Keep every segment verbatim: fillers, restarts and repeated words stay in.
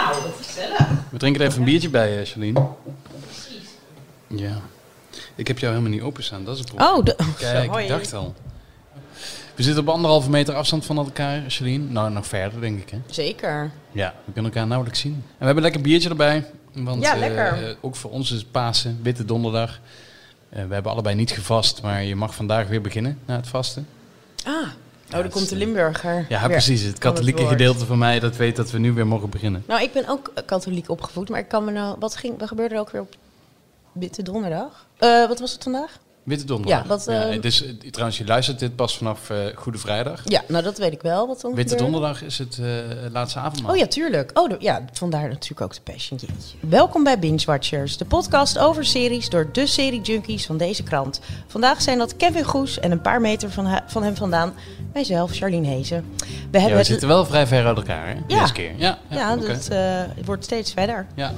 Nou, wat gezellig. We drinken er even een biertje bij, uh, Charlene. Precies. Ja. Ik heb jou helemaal niet openstaan, dat is het probleem. Oh, de... Kijk, ik dacht al. We zitten op anderhalve meter afstand van elkaar, Charlene. Nou, nog verder, denk ik, hè? Zeker. Ja, we kunnen elkaar nauwelijks zien. En we hebben een lekker biertje erbij. Want, ja, lekker. Uh, ook voor ons is het Pasen, Witte Donderdag. Uh, we hebben allebei niet gevast, maar je mag vandaag weer beginnen na het vasten. Ah, oh, ja, dan komt de Limburger. Ja, weer precies. Het katholieke het gedeelte van mij dat weet dat we nu weer mogen beginnen. Nou, ik ben ook katholiek opgevoed, maar ik kan me nou... Wat, ging, wat gebeurde er ook weer op Witte Donderdag? Uh, wat was het vandaag? Witte Donderdag. Ja, wat, uh, ja, dus, trouwens, je luistert dit pas vanaf uh, Goede Vrijdag. Ja, nou dat weet ik wel. Wat dan Witte gebeurde. Donderdag is het uh, laatste avondmaal. Oh ja, tuurlijk. Oh, de, ja, vandaar natuurlijk ook de Passion. Jeetje. Welkom bij Binge Watchers, de podcast over series door de serie-junkies van deze krant. Vandaag zijn dat Kevin Goes en een paar meter van, ha- van hem vandaan, mijzelf, Charlene Hezen. We, ja, hebben we zitten wel vrij ver uit elkaar, hè? Ja. Deze keer. Ja, ja, Ja, okay. dat uh, wordt steeds verder. Ja.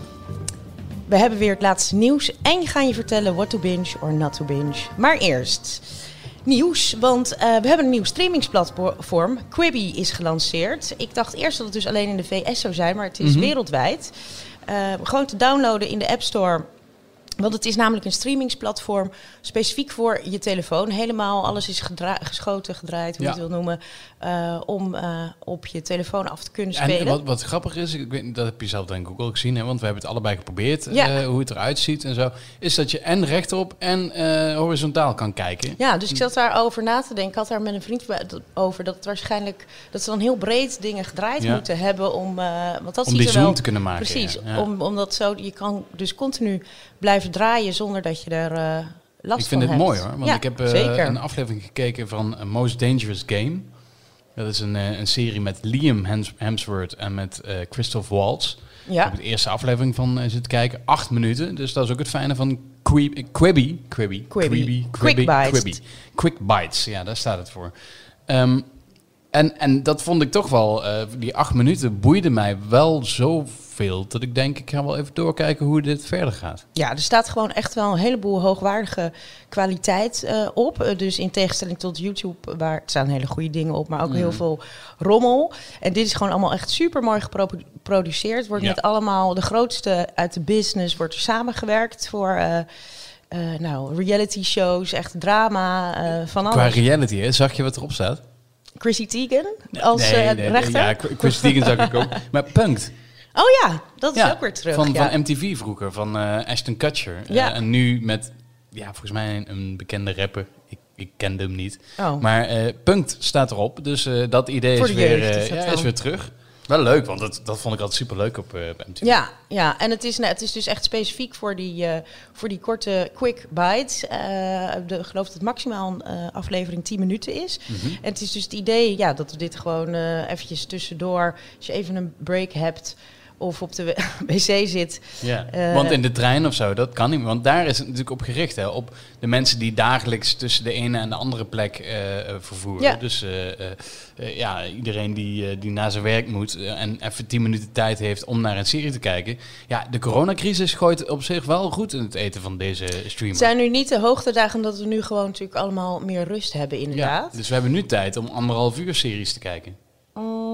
We hebben weer het laatste nieuws en gaan je vertellen what to binge or not to binge. Maar eerst nieuws, want uh, we hebben een nieuw streamingsplatform. Quibi is gelanceerd. Ik dacht eerst dat het dus alleen in de V S zou zijn, maar het is mm-hmm. wereldwijd. Uh, gewoon te downloaden in de App Store. Want het is namelijk een streamingsplatform specifiek voor je telefoon. Helemaal alles is gedra- geschoten, gedraaid, hoe ja. je het wil noemen. Uh, om uh, op je telefoon af te kunnen spelen. En wat, wat grappig is, ik weet, dat heb je zelf denk ik ook al gezien, hè, want we hebben het allebei geprobeerd, ja. uh, hoe het eruit ziet en zo. Is dat je en rechtop en uh, horizontaal kan kijken. Ja, dus ik zat daarover na te denken. Ik had daar met een vriend over dat het waarschijnlijk dat ze dan heel breed dingen gedraaid ja. moeten hebben om, uh, want dat om ziet die er zoom wel, te kunnen maken. Precies, ja. Ja. Om, omdat zo je kan dus continu blijven draaien zonder dat je er uh, last ik vind van het hebt. mooi hoor, want ja, ik heb uh, een aflevering gekeken van A Most Dangerous Game. Dat is een, uh, een serie met Liam Hems- Hemsworth en met uh, Christoph Waltz. Ja. Ik heb de eerste aflevering van uh, zitten kijken, acht minuten. Dus dat is ook het fijne van Quibi. Quibi. Quibi. Quibi. Quick Bites. Quibi. Quick Bites, ja, daar staat het voor. Um, en, en dat vond ik toch wel, uh, die acht minuten boeide mij wel zoveel dat ik denk, ik ga wel even doorkijken hoe dit verder gaat. Ja, er staat gewoon echt wel een heleboel hoogwaardige kwaliteit uh, op. Uh, dus in tegenstelling tot YouTube, waar er staan hele goede dingen op, maar ook mm. heel veel rommel. En dit is gewoon allemaal echt super mooi geproduceerd. Wordt ja. met allemaal de grootste uit de business, wordt er samengewerkt voor... Uh, uh, nou, reality shows, echt drama, uh, van alles. Qua reality, hè? Zag je wat erop staat? Chrissy Teigen als nee, uh, nee, rechter? Ja, Chrissy Teigen zag ik ook. Maar Punk'd. Oh ja, dat is ja, ook weer terug. Van, ja. van M T V vroeger, van uh, Ashton Kutcher. Ja. Uh, en nu met, ja, volgens mij een, een bekende rapper. Ik, ik kende hem niet. Oh. Maar uh, Punk'd staat erop. Dus uh, dat idee Voor is, de weer, jeugd, uh, is, ja, is weer terug. Wel leuk, want dat, dat vond ik altijd superleuk op uh, M T V. Ja, ja, en het is, nou, het is dus echt specifiek voor die, uh, voor die korte quick bites. Uh, de, ik geloof dat het maximaal een uh, aflevering tien minuten is. Mm-hmm. En het is dus het idee ja, dat we dit gewoon uh, eventjes tussendoor, als je even een break hebt of op de wc zit. Ja, uh, want in de trein of zo, dat kan niet. Want daar is het natuurlijk op gericht, hè, op de mensen die dagelijks tussen de ene en de andere plek uh, vervoeren. Ja. Dus uh, uh, uh, ja, iedereen die, uh, die naar zijn werk moet uh, en even tien minuten tijd heeft om naar een serie te kijken. Ja, de coronacrisis gooit op zich wel goed in het eten van deze streamer. Het zijn nu niet de hoogtedagen, omdat we nu gewoon natuurlijk allemaal meer rust hebben, inderdaad. Ja, dus we hebben nu tijd om anderhalf uur series te kijken. Mm.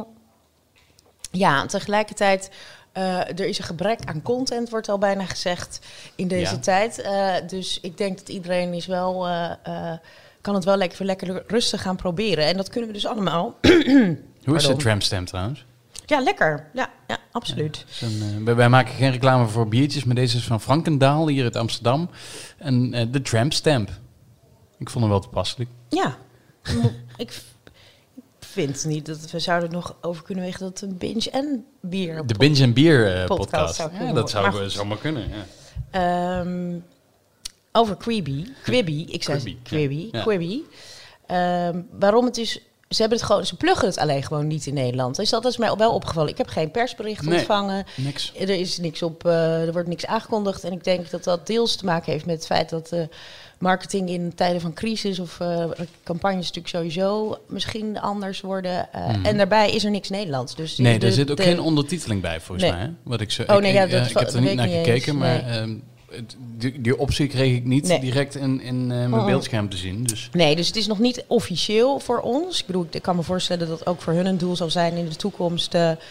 Ja, en tegelijkertijd, uh, er is een gebrek aan content, wordt al bijna gezegd in deze ja. tijd. Uh, dus ik denk dat iedereen is wel, uh, uh, kan het wel lekker, lekker rustig gaan proberen. En dat kunnen we dus allemaal. Hoe is de tramstamp trouwens? Ja, lekker. Ja, ja absoluut. Ja, een, uh, wij maken geen reclame voor biertjes, maar deze is van Frankendaal hier uit Amsterdam. En uh, de tramstamp. Ik vond hem wel toepasselijk. Ja, ik... vind niet dat we zouden nog over kunnen wegen dat het een binge en bier de binge en bier uh, podcast, podcast zou ja, dat zou maar zomaar kunnen. Ja. Um, over Quibi, Quibi, ik zei Quibi, Quibi, ja. Quibi. Um, waarom het is, ze hebben het gewoon, ze pluggen het alleen gewoon niet in Nederland. Dus dat is mij wel opgevallen. Ik heb geen persbericht nee, ontvangen. Niks. Er is niks op, uh, er wordt niks aangekondigd en ik denk dat dat deels te maken heeft met het feit dat uh, marketing in tijden van crisis of uh, campagnes natuurlijk sowieso misschien anders worden. Uh, mm. En daarbij is er niks Nederlands. Dus nee, de, er zit ook de, geen ondertiteling bij volgens nee. mij. Hè? Wat ik, zo, oh, ik, nee, ja, ik, dat, uh, ik heb er niet naar gekeken, nee. maar um, die, die optie kreeg ik niet nee. direct in, in uh, mijn oh. beeldscherm te zien. Dus. Nee, dus het is nog niet officieel voor ons. Ik bedoel, ik kan me voorstellen dat het ook voor hun een doel zal zijn in de toekomst. Uh,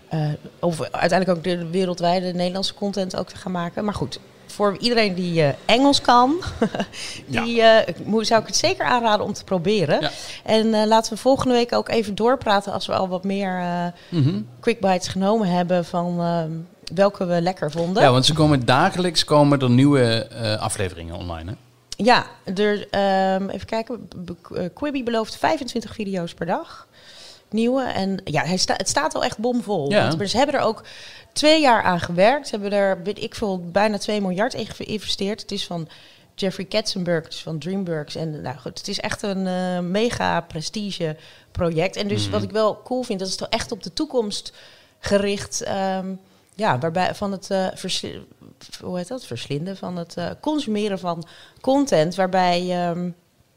Uh, of uiteindelijk ook de wereldwijde Nederlandse content ook te gaan maken. Maar goed, voor iedereen die uh, Engels kan, die, ja. uh, zou ik het zeker aanraden om te proberen. Ja. En uh, laten we volgende week ook even doorpraten als we al wat meer uh, mm-hmm. quick bites genomen hebben van uh, welke we lekker vonden. Ja, want ze komen dagelijks komen er nieuwe uh, afleveringen online, hè? Ja, er, um, even kijken. Quibi belooft vijfentwintig video's per dag. Nieuwe. En ja, hij sta, het staat al echt bomvol. Ja. Want ze hebben er ook twee jaar aan gewerkt. Ze hebben er, weet ik veel, bijna twee miljard in geïnvesteerd. Het is van Jeffrey Katzenberg, het is van DreamWorks. En nou goed, het is echt een uh, mega prestige project. En dus mm. wat ik wel cool vind, dat is toch echt op de toekomst gericht. Um, ja, waarbij van het uh, versli- hoe heet dat? verslinden, van het uh, consumeren van content, waarbij um,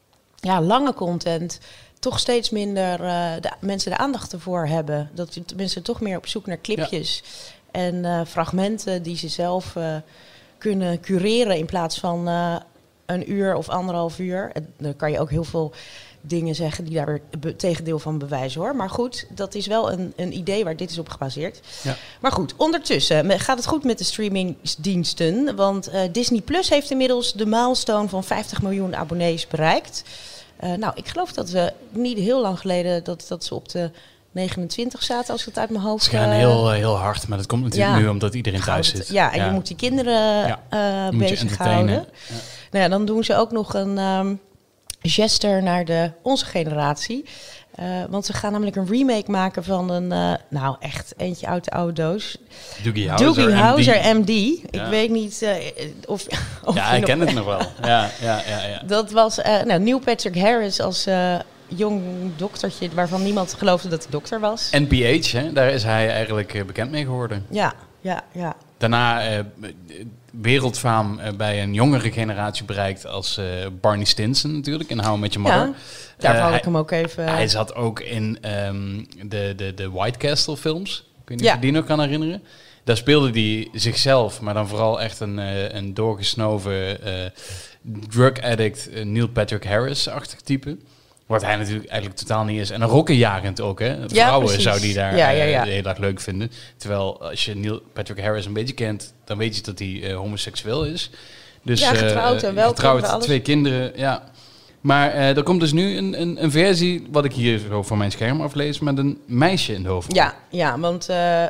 ja, lange content toch steeds minder uh, de mensen de aandacht ervoor hebben. Dat mensen toch meer op zoek naar clipjes ja. en uh, fragmenten die ze zelf uh, kunnen cureren in plaats van uh, een uur of anderhalf uur. En dan kan je ook heel veel dingen zeggen die daar weer het tegendeel van bewijzen, hoor. Maar goed, dat is wel een, een idee waar dit is op gebaseerd. Ja. Maar goed, ondertussen gaat het goed met de streamingsdiensten. Want uh, Disney Plus heeft inmiddels de milestone van vijftig miljoen abonnees bereikt. Uh, nou, ik geloof dat we niet heel lang geleden dat, dat ze op de negenentwintig zaten, als ik het uit mijn hoofd... Ze gaan uh, heel, heel hard, maar dat komt natuurlijk ja, nu omdat iedereen thuis zit. Ja, en ja. je moet die kinderen ja. uh, bezighouden. Ja. Nou ja, dan doen ze ook nog een um, gesture naar de, onze generatie. Uh, want ze gaan namelijk een remake maken van een, uh, nou echt eentje uit de oude doos. Doogie Howser, Doogie Howser M D. Ja. Ik weet niet uh, of, of... Ja, ik ken nog... het nog wel. Ja, ja, ja, ja. Dat was uh, nou, Neil Patrick Harris als uh, jong doktertje waarvan niemand geloofde dat hij dokter was. N P H, hè? Daar is hij eigenlijk uh, bekend mee geworden. Ja, ja, ja. Daarna uh, wereldfaam uh, bij een jongere generatie bereikt als uh, Barney Stinson natuurlijk in How I Met Your Mother. Ja, daar uh, had ik hij, hem ook even... Hij zat ook in um, de, de, de White Castle films. Ik weet niet ja. of je die nog kan herinneren. Daar speelde hij zichzelf, maar dan vooral echt een, uh, een doorgesnoven uh, drug addict uh, Neil Patrick Harris-achtig type. Wat hij natuurlijk eigenlijk totaal niet is. En een rokkenjagend ook, hè. Vrouwen ja, zou die daar ja, ja, ja. Uh, heel erg leuk vinden. Terwijl als je Neil Patrick Harris een beetje kent, dan weet je dat hij uh, homoseksueel is. Dus, ja, getrouwd en wel. Getrouwd, alles. Twee kinderen, ja. Maar uh, er komt dus nu een, een, een versie, wat ik hier zo voor mijn scherm aflees, met een meisje in de hoofdrol. Ja, ja, want uh, uh,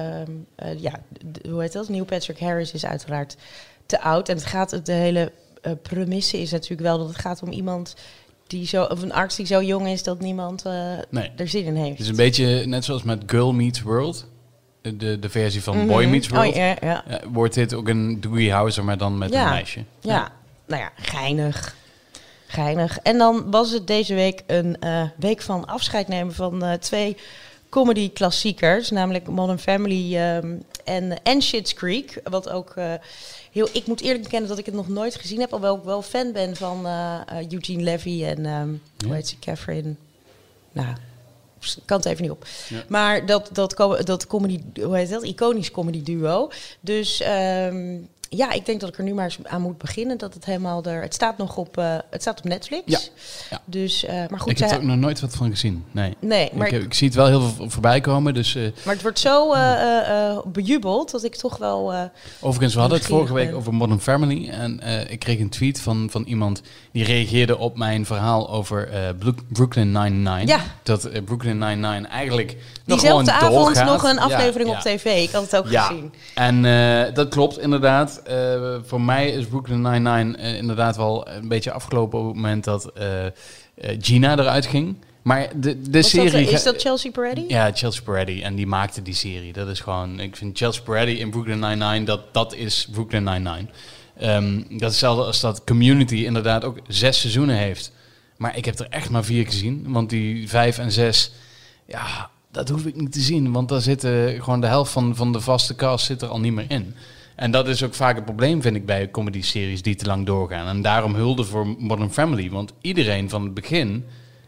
uh, ja, d- hoe heet dat? Neil Patrick Harris is uiteraard te oud. En het gaat, de hele uh, premisse is natuurlijk wel dat het gaat om iemand die zo, of een arts die zo jong is dat niemand uh, nee. er zin in heeft. Het is een beetje net zoals met Girl Meets World. De, de versie van mm-hmm. Boy Meets World. Oh, ja, ja. Uh, wordt dit ook een Doogie Howser, maar dan met ja. een meisje. Ja. ja, nou ja, geinig. Geinig. En dan was het deze week een uh, week van afscheid nemen van uh, twee comedy-klassiekers. Namelijk Modern Family um, en, en Schitt's Creek. Wat ook uh, heel... Ik moet eerlijk bekennen dat ik het nog nooit gezien heb. Alhoewel ik wel fan ben van uh, uh, Eugene Levy en... Um, ja. Hoe heet ze? Catherine... Nou... kan het even niet op. Ja. Maar dat, dat, dat comedy... Hoe heet dat? Iconisch comedy duo. Dus... Um, ja, ik denk dat ik er nu maar eens aan moet beginnen. Dat het helemaal er... Het staat nog op, uh, het staat op Netflix. Ja. ja. Dus, uh, maar goed, ik heb er ook nog nooit wat van gezien. Nee. nee maar ik, ik, ik zie het wel heel veel voorbij komen. Dus, uh, maar het wordt zo uh, uh, bejubeld dat ik toch wel... Uh, Overigens, we hadden het vorige week over Modern Family. En uh, ik kreeg een tweet van, van iemand die reageerde op mijn verhaal over uh, Brooklyn Nine-Nine. Ja. Dat uh, Brooklyn Nine-Nine eigenlijk nog gewoon diezelfde avond doorgaat. nog een aflevering ja, op ja. tv. Ik had het ook ja. gezien. En uh, dat klopt inderdaad. Uh, voor mij is Brooklyn Nine-Nine uh, inderdaad wel een beetje afgelopen op het moment dat uh, uh, Gina eruit ging. Maar de, de serie... Dat, is dat Chelsea Peretti? Ja, Chelsea Peretti. En die maakte die serie. Dat is gewoon... Ik vind Chelsea Peretti in Brooklyn Nine-Nine, dat, dat is Brooklyn Nine-Nine. Um, dat is hetzelfde als dat Community inderdaad ook zes seizoenen heeft. Maar ik heb er echt maar vier gezien. Want die vijf en zes... Ja, dat hoef ik niet te zien. Want daar zitten gewoon de helft van, van de vaste cast zit er al niet meer in. En dat is ook vaak het probleem, vind ik, bij comedy-series die te lang doorgaan. En daarom hulde voor Modern Family. Want iedereen van het begin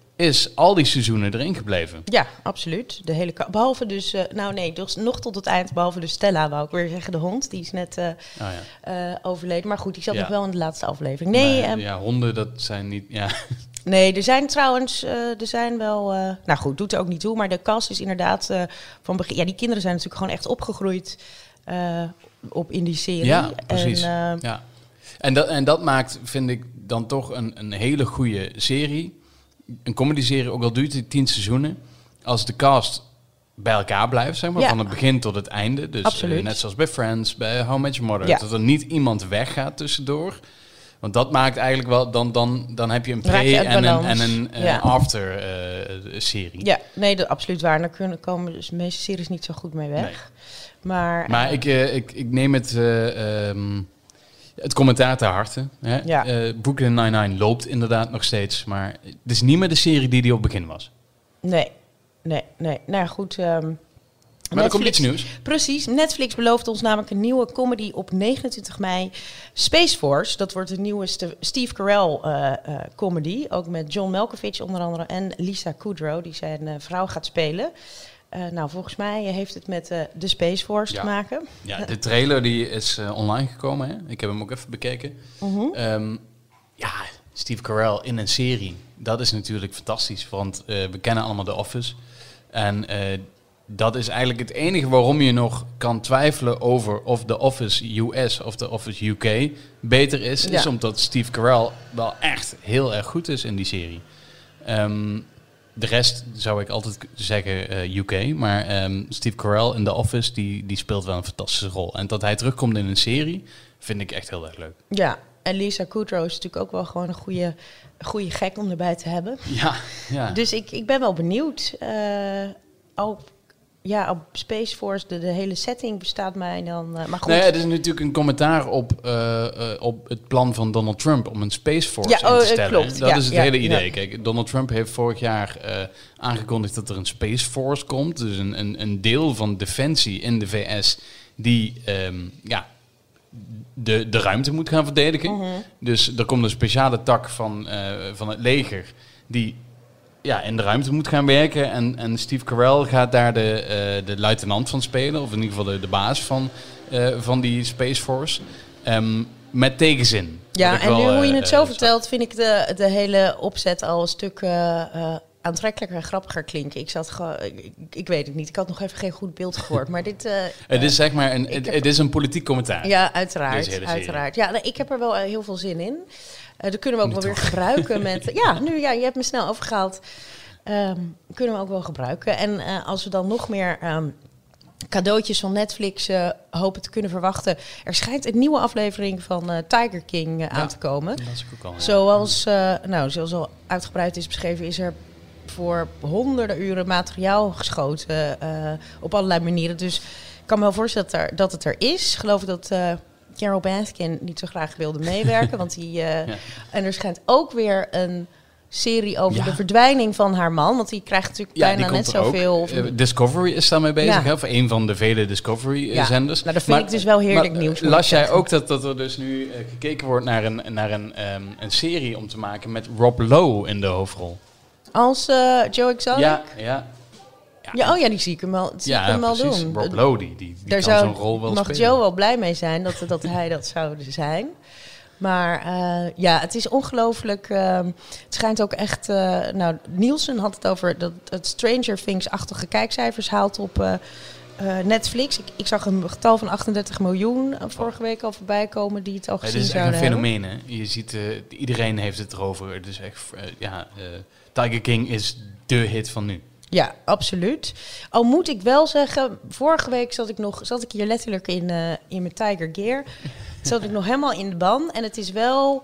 is al die seizoenen erin gebleven. Ja, absoluut. De hele ka- behalve dus... Uh, nou nee, dus nog tot het eind. Behalve dus Stella, wou ik weer zeggen. De hond, die is net uh, oh, ja. uh, overleden. Maar goed, die zat ja. nog wel in de laatste aflevering. Nee, maar, um, ja, honden, dat zijn niet... Ja. Nee, er zijn trouwens, uh, er zijn wel... Uh, nou goed, doet er ook niet toe. Maar de cast is inderdaad uh, van begin... Ja, die kinderen zijn natuurlijk gewoon echt opgegroeid uh, op in die serie. Ja, precies. En, uh, ja. en, dat, en dat maakt, vind ik, dan toch een, een hele goede serie. Een comedy-serie, ook al duurt het tien seizoenen. Als de cast bij elkaar blijft, zeg maar, ja. van het begin tot het einde. Dus uh, net zoals bij Friends, bij How I Met Your Mother. Ja. Dat er niet iemand weggaat tussendoor. Want dat maakt eigenlijk wel, dan, dan, dan heb je een pre- je en een, en een uh, ja. after-serie. Uh, ja, nee, dat absoluut waar. Daar kunnen komen dus de meeste series niet zo goed mee weg. Nee. Maar, maar uh, ik, uh, ik, ik neem het, uh, um, het commentaar ter harte. Hè? Ja. Uh, Brooklyn Nine-Nine loopt inderdaad nog steeds. Maar het is niet meer de serie die die op het begin was. Nee, nee, nee. Nou goed... Um, Maar er komt iets nieuws. Precies. Netflix belooft ons namelijk een nieuwe comedy op negenentwintig mei. Space Force. Dat wordt de nieuwe St- Steve Carell uh, uh, comedy. Ook met John Malkovich onder andere. En Lisa Kudrow, die zijn uh, vrouw gaat spelen. Uh, nou, volgens mij heeft het met uh, de Space Force ja. te maken. Ja, de trailer die is uh, online gekomen. Hè? Ik heb hem ook even bekeken. Uh-huh. Um, ja, Steve Carell in een serie. Dat is natuurlijk fantastisch. Want uh, we kennen allemaal The Office. En... Uh, dat is eigenlijk het enige waarom je nog kan twijfelen over of The Office U S of The Office U K beter is. Ja. Is omdat Steve Carell wel echt heel erg goed is in die serie. Um, de rest zou ik altijd zeggen uh, U K. Maar um, Steve Carell in The Office, die, die speelt wel een fantastische rol. En dat hij terugkomt in een serie, vind ik echt heel erg leuk. Ja, en Lisa Kudrow is natuurlijk ook wel gewoon een goede, goede gek om erbij te hebben. Ja, ja. Dus ik, ik ben wel benieuwd. Uh, al... Ja, op Space Force, de, de hele setting bestaat mij dan... Uh, maar goed. Nee, het is natuurlijk een commentaar op, uh, uh, op het plan van Donald Trump om een Space Force ja, in te oh, stellen. Klopt. Dat ja, is het ja, hele idee. Ja. Kijk, Donald Trump heeft vorig jaar uh, aangekondigd dat er een Space Force komt. Dus een, een, een deel van defensie in de V S die um, ja, de, de ruimte moet gaan verdedigen. Uh-huh. Dus er komt een speciale tak van, uh, van het leger die... ja, in de ruimte moet gaan werken. En, en Steve Carell gaat daar de, uh, de luitenant van spelen. Of in ieder geval de, de baas van, uh, van die Space Force. Um, met tegenzin. Ja, en wel, nu hoe je het zo uh, vertelt, vind ik de, de hele opzet al een stuk uh, uh, aantrekkelijker en grappiger klinken. Ik zat gewoon, ik, ik weet het niet. Ik had nog even geen goed beeld gehoord. Maar dit... Uh, het is zeg maar een, het, heb, het is een politiek commentaar. Ja, uiteraard. uiteraard. Ja, nee, ik heb er wel uh, heel veel zin in. Uh, dat kunnen we ook niet wel toch. weer gebruiken met... Ja, nu, ja, je hebt me snel overgehaald. Um, kunnen we ook wel gebruiken. En uh, als we dan nog meer um, cadeautjes van Netflix uh, hopen te kunnen verwachten. Er schijnt een nieuwe aflevering van uh, Tiger King uh, aan ja, te komen. Dat is ook al, ja. Zoals, uh, nou, zoals al uitgebreid is beschreven, is er voor honderden uren materiaal geschoten uh, op allerlei manieren. Dus ik kan me wel voorstellen dat, er, dat het er is. Ik geloof dat uh, Carol Baskin niet zo graag wilde meewerken. want die, uh, ja. En er schijnt ook weer een serie over ja. de verdwijning van haar man. Want die krijgt natuurlijk ja, bijna net zoveel. Uh, Discovery is daarmee bezig. Ja. Hè, voor een van de vele Discovery-zenders. Ja. Nou, dat vind maar, ik dus wel heerlijk maar, nieuws. Las jij ook dat, dat er dus nu uh, gekeken wordt naar, een, naar een, um, een serie om te maken met Rob Lowe in de hoofdrol? Als uh, Joe Exotic? Ja, ja. Ja, ja, oh ja, die zie ik hem wel, zie ja, ik hem wel precies. doen. Rob Lowe, die, die, die Daar kan zou, zo'n rol wel mag spelen. Joe wel blij mee zijn dat, dat hij dat zou zijn. Maar uh, ja, het is ongelooflijk. Uh, het schijnt ook echt... Uh, nou, Nielsen had het over dat het Stranger Things-achtige kijkcijfers haalt op uh, uh, Netflix. Ik, ik zag een getal van achtendertig miljoen vorige week al voorbij komen die het al gezien zouden hebben. Het is echt een fenomeen, hè? Je ziet, uh, iedereen heeft het erover. Het is echt, uh, ja, uh, Tiger King is de hit van nu. Ja, absoluut. Al moet ik wel zeggen, vorige week zat ik nog, zat ik hier letterlijk in, uh, in mijn Tiger Gear. Zat ik nog helemaal in de ban. En het is wel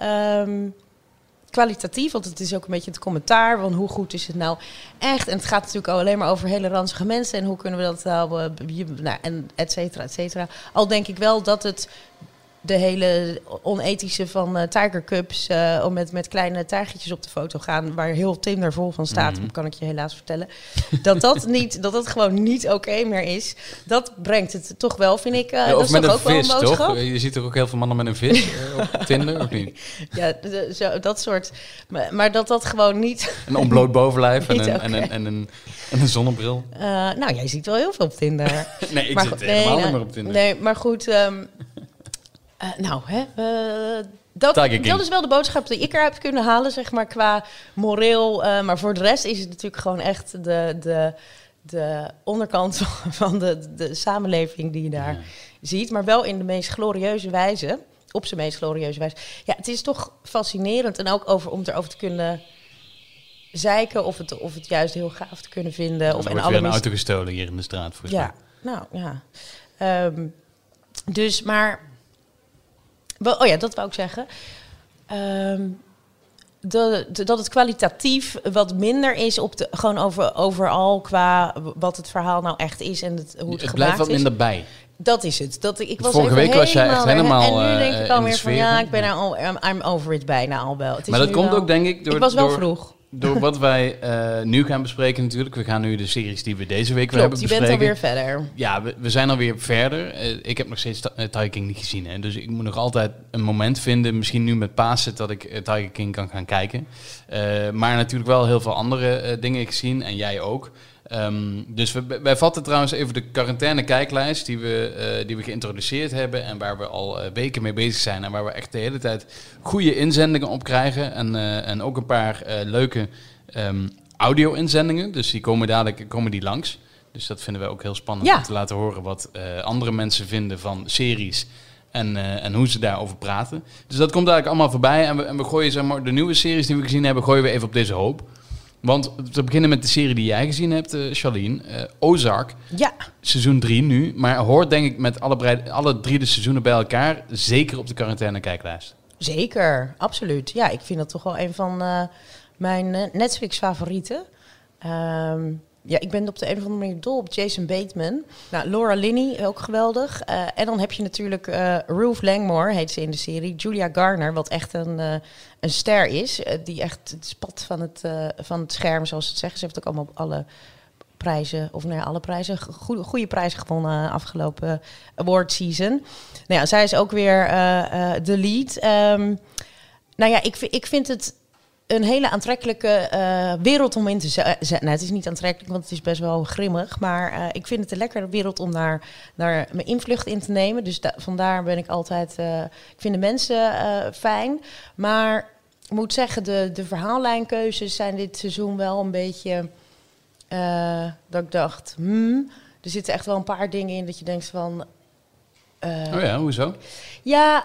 um, kwalitatief, want het is ook een beetje het commentaar van hoe goed is het nou echt. En het gaat natuurlijk al alleen maar over hele ranzige mensen en hoe kunnen we dat nou, uh, nou en et cetera, et cetera. Al denk ik wel dat het de hele onethische van uh, Tiger Cubs, uh, om met, met kleine tijgertjes op de foto gaan, waar heel Tinder vol van staat, mm-hmm. kan ik je helaas vertellen, dat dat, niet, dat dat gewoon niet oké okay meer is. Dat brengt het toch wel, vind ik. Uh, ja, dat of is met toch een ook vis, wel een boodschap? toch? Je ziet toch ook heel veel mannen met een vis uh, op Tinder, of niet? Ja, de, zo, dat soort. Maar, maar dat dat gewoon niet... Een ontbloot bovenlijf en, een, okay. en, een, en, een, en een zonnebril. Uh, nou, jij ziet wel heel veel op Tinder. nee, ik maar, zit nee, helemaal nee, niet meer op Tinder. Nee, maar goed... Um, Uh, nou, hè, uh, dat, dat is wel de boodschap die ik eruit heb kunnen halen, zeg maar, qua moreel. Uh, maar voor de rest is het natuurlijk gewoon echt de, de, de onderkant van de, de samenleving die je daar ja. ziet. Maar wel in de meest glorieuze wijze. Op zijn meest glorieuze wijze. Ja, het is toch fascinerend. En ook over, om erover te kunnen zeiken of het, of het juist heel gaaf te kunnen vinden. Er of wordt weer een auto gestolen hier in de straat, volgens ja, mij. Nou, ja. Um, dus, maar... Oh ja, dat wou ik zeggen. Um, de, de, dat het kwalitatief wat minder is op de, gewoon over, overal qua wat het verhaal nou echt is en het, hoe het, het gemaakt is. Het blijft wat minder bij. Dat is het. Dat, ik was Vorige week was jij echt helemaal. En nu denk uh, ik alweer van ja, ik ben er al, I'm over it bijna al wel. Het is maar dat komt wel, ook denk ik door. Ik was wel door, vroeg. Door wat wij uh, nu gaan bespreken natuurlijk. We gaan nu de series die we deze week weer hebben bespreken. Je bent alweer verder. Ja, we, we zijn alweer verder. Uh, ik heb nog steeds uh, Tiger King niet gezien. Hè, dus ik moet nog altijd een moment vinden. Misschien nu met Pasen dat ik uh, Tiger King kan gaan kijken. Uh, maar natuurlijk wel heel veel andere uh, dingen gezien. En jij ook. Um, dus we, wij vatten trouwens even de quarantaine kijklijst die we, uh, die we geïntroduceerd hebben en waar we al uh, weken mee bezig zijn en waar we echt de hele tijd goede inzendingen op krijgen en, uh, en ook een paar uh, leuke um, audio-inzendingen. Dus die komen dadelijk komen die langs. Dus dat vinden we ook heel spannend ja. om te laten horen wat uh, andere mensen vinden van series en, uh, en hoe ze daarover praten. Dus dat komt eigenlijk allemaal voorbij en we, en we gooien zeg maar, de nieuwe series die we gezien hebben, gooien we even op deze hoop. Want te beginnen met de serie die jij gezien hebt, uh, Charlene, uh, Ozark. Ja. Seizoen drie nu, maar hoort denk ik met alle, breid, alle drie de seizoenen bij elkaar zeker op de quarantaine kijklijst. Zeker, absoluut. Ja, ik vind dat toch wel een van uh, mijn uh, Netflix-favorieten. Um, ja, ik ben op de een of andere manier dol op Jason Bateman. Nou, Laura Linney, ook geweldig. Uh, en dan heb je natuurlijk uh, Ruth Langmore, heet ze in de serie. Julia Garner, wat echt een, uh, een ster is. Uh, die echt het spat van het, uh, van het scherm, zoals ze het zeggen. Ze heeft ook allemaal op alle prijzen, of nou ja, alle prijzen, goede, goede prijzen gewonnen uh, afgelopen award season. Nou ja, zij is ook weer uh, uh, de lead. Um, nou ja, ik, ik vind het een hele aantrekkelijke uh, wereld om in te zetten. Nou, het is niet aantrekkelijk, want het is best wel grimmig. Maar uh, ik vind het een lekkere wereld om daar, daar mijn invlucht in te nemen. Dus da- vandaar ben ik altijd... Uh, ik vind de mensen uh, fijn. Maar ik moet zeggen, de, de verhaallijnkeuzes zijn dit seizoen wel een beetje... Uh, dat ik dacht, hmm, er zitten echt wel een paar dingen in dat je denkt van... Uh, oh ja, hoezo? Ja...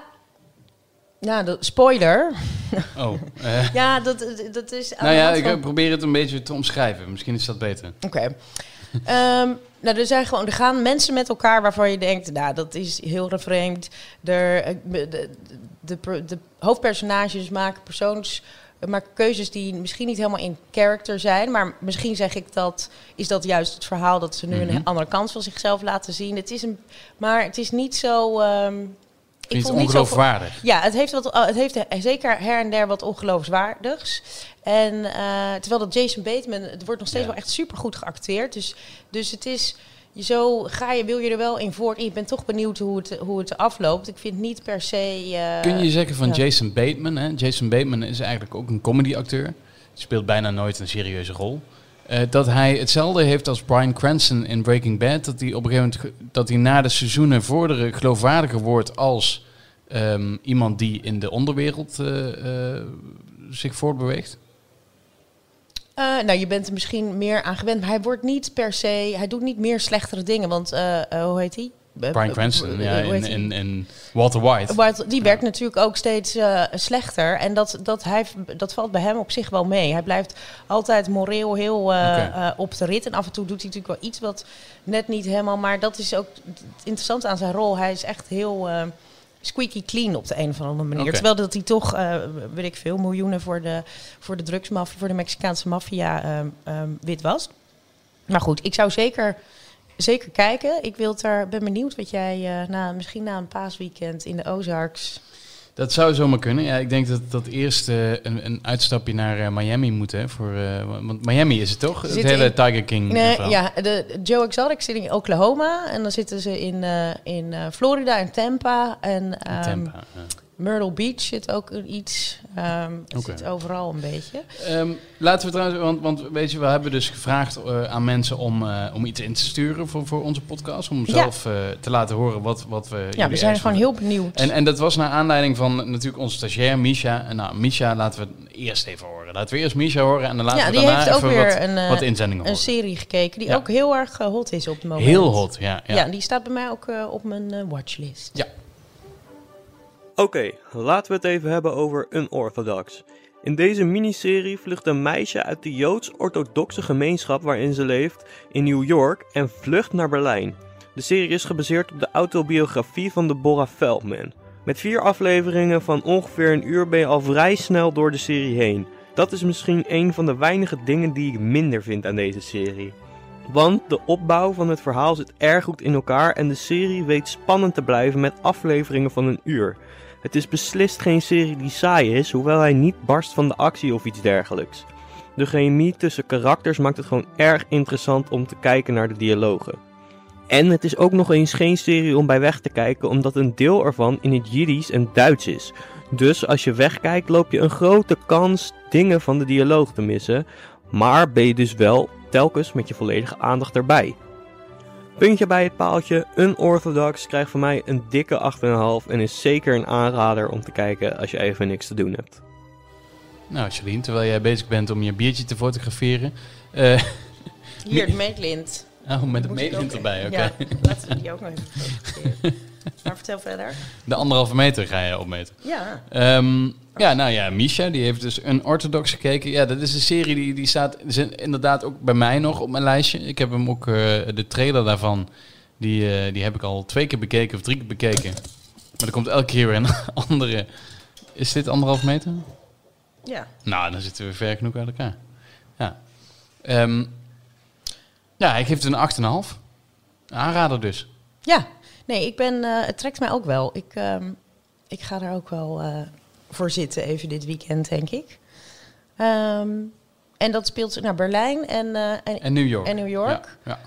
Nou, de spoiler. Oh. Uh. Ja, dat, dat is... Nou ja, ik van... probeer het een beetje te omschrijven. Misschien is dat beter. Oké. Okay. um, nou, er zijn gewoon... Er gaan mensen met elkaar waarvan je denkt... Nou, dat is heel vreemd. Er, de, de, de, de hoofdpersonages maken persoons... maken keuzes die misschien niet helemaal in character zijn. Maar misschien zeg ik dat... Is dat juist het verhaal dat ze nu mm-hmm. een andere kant van zichzelf laten zien. Het is een... Maar het is niet zo... Um, Ik vond het ongeloofwaardig. Zo, ja, het heeft, wat, het heeft zeker her en der wat ongeloofwaardigs. En uh, terwijl dat Jason Bateman, het wordt nog steeds ja. wel echt supergoed geacteerd. Dus, dus het is, zo ga je, wil je er wel in voor. En je bent toch benieuwd hoe het, hoe het afloopt. Ik vind niet per se... Uh, Kun je zeggen van ja. Jason Bateman, hè? Jason Bateman is eigenlijk ook een comedyacteur. Hij speelt bijna nooit een serieuze rol. Uh, dat hij hetzelfde heeft als Bryan Cranston in Breaking Bad. Dat hij op een gegeven moment dat hij na de seizoenen vorderen geloofwaardiger wordt als um, iemand die in de onderwereld uh, uh, zich voortbeweegt. Uh, nou, je bent er misschien meer aan gewend, maar hij wordt niet per se, hij doet niet meer slechtere dingen, want uh, uh, hoe heet hij? Bryan Cranston, ja, in, in, in Walter White. White die werkt ja. natuurlijk ook steeds uh, slechter. En dat, dat, hij, dat valt bij hem op zich wel mee. Hij blijft altijd moreel heel uh, okay. uh, op de rit. En af en toe doet hij natuurlijk wel iets wat net niet helemaal... Maar dat is ook het interessante aan zijn rol. Hij is echt heel uh, squeaky clean op de een of andere manier. Okay. Terwijl dat hij toch, uh, weet ik veel, miljoenen voor de, voor de drugsmafia, voor de Mexicaanse maffia um, um, wit was. Maar goed, ik zou zeker... Zeker kijken. Ik wil het er, ben benieuwd wat jij uh, na, misschien na een paasweekend in de Ozarks... Dat zou zomaar kunnen. Ja, ik denk dat dat eerst uh, een, een uitstapje naar uh, Miami moet. Hè, voor, uh, want Miami is het toch? Zit het hele in, Tiger King. Nee, ja, de Joe Exotic zit in Oklahoma. En dan zitten ze in, uh, in uh, Florida en Tampa. En, um, Tampa, Myrtle Beach zit ook iets. Um, het okay. zit overal een beetje. Um, laten we trouwens, want, want weet je, we hebben dus gevraagd uh, aan mensen om, uh, om iets in te sturen voor, voor onze podcast. Om zelf ja. uh, te laten horen wat, wat we... Ja, we zijn gewoon heel benieuwd. En, en dat was naar aanleiding van natuurlijk onze stagiair Misha. En nou, Misha laten we eerst even horen. Laten we eerst Misha horen en dan laten ja, we daarna even weer wat, een, wat inzendingen een horen. serie gekeken die ja. ook heel erg uh, hot is op het moment. Heel hot, ja. Ja, ja die staat bij mij ook uh, op mijn uh, watchlist. Ja. Oké, okay, laten we het even hebben over Unorthodox. In deze miniserie vlucht een meisje uit de Joods-orthodoxe gemeenschap waarin ze leeft in New York en vlucht naar Berlijn. De serie is gebaseerd op de autobiografie van Deborah Feldman. Met vier afleveringen van ongeveer een uur ben je al vrij snel door de serie heen. Dat is misschien een van de weinige dingen die ik minder vind aan deze serie. Want de opbouw van het verhaal zit erg goed in elkaar en de serie weet spannend te blijven met afleveringen van een uur. Het is beslist geen serie die saai is, hoewel hij niet barst van de actie of iets dergelijks. De chemie tussen karakters maakt het gewoon erg interessant om te kijken naar de dialogen. En het is ook nog eens geen serie om bij weg te kijken, omdat een deel ervan in het Jiddisch en Duits is. Dus als je wegkijkt loop je een grote kans dingen van de dialoog te missen, maar ben je dus wel telkens met je volledige aandacht erbij. Puntje bij het paaltje, Unorthodox krijgt van mij een dikke acht komma vijf en is zeker een aanrader om te kijken als je even niks te doen hebt. Nou, Charlene, terwijl jij bezig bent om je biertje te fotograferen. Uh, Hier, het meetlint. Oh, met het meetlint erbij, oké. Okay. Ja, laten we die ook nog even fotograferen. Maar vertel verder. De anderhalve meter ga je opmeten. Ja. Um, ja, nou ja, Misha, die heeft dus Unorthodox gekeken. Ja, dat is een serie die, die staat inderdaad ook bij mij nog op mijn lijstje. Ik heb hem ook, uh, de trailer daarvan, die, uh, die heb ik al twee keer bekeken of drie keer bekeken. Maar er komt elke keer weer een andere. Is dit anderhalve meter? Ja. Nou, dan zitten we ver genoeg uit elkaar. Ja. Um, ja, hij geeft het een acht komma vijf. Aanrader dus. Ja. Nee, ik ben, uh, het trekt mij ook wel. Ik, um, ik ga daar ook wel uh, voor zitten even dit weekend, denk ik. Um, en dat speelt naar Berlijn en, uh, en, en New York. En New York. Ja,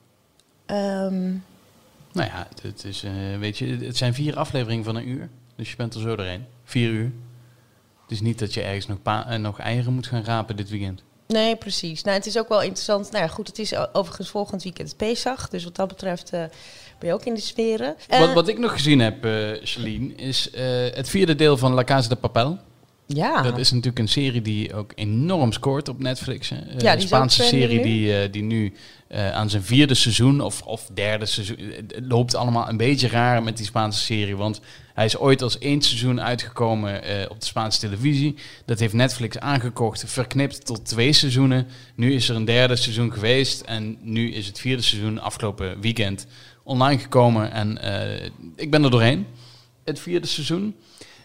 ja. Um, nou ja, het, is, uh, weet je, het zijn vier afleveringen van een uur. Dus je bent er zo doorheen. Vier uur. Het is niet dat je ergens nog, pa- uh, nog eieren moet gaan rapen dit weekend. Nee, precies. Nou, het is ook wel interessant. Nou ja, goed, het is overigens volgend weekend Pesach. Dus wat dat betreft uh, ben je ook in de sferen. Uh, wat, wat ik nog gezien heb, uh, Charlene, is uh, het vierde deel van La Casa de Papel. Ja. Dat is natuurlijk een serie die ook enorm scoort op Netflix. Hè. Uh, ja, een Spaanse serie die, uh, die nu uh, aan zijn vierde seizoen of, of derde seizoen... Het loopt allemaal een beetje raar met die Spaanse serie. Want hij is ooit als één seizoen uitgekomen uh, op de Spaanse televisie. Dat heeft Netflix aangekocht, verknipt tot twee seizoenen. Nu is er een derde seizoen geweest. En nu is het vierde seizoen afgelopen weekend online gekomen. En uh, ik ben er doorheen. Het vierde seizoen.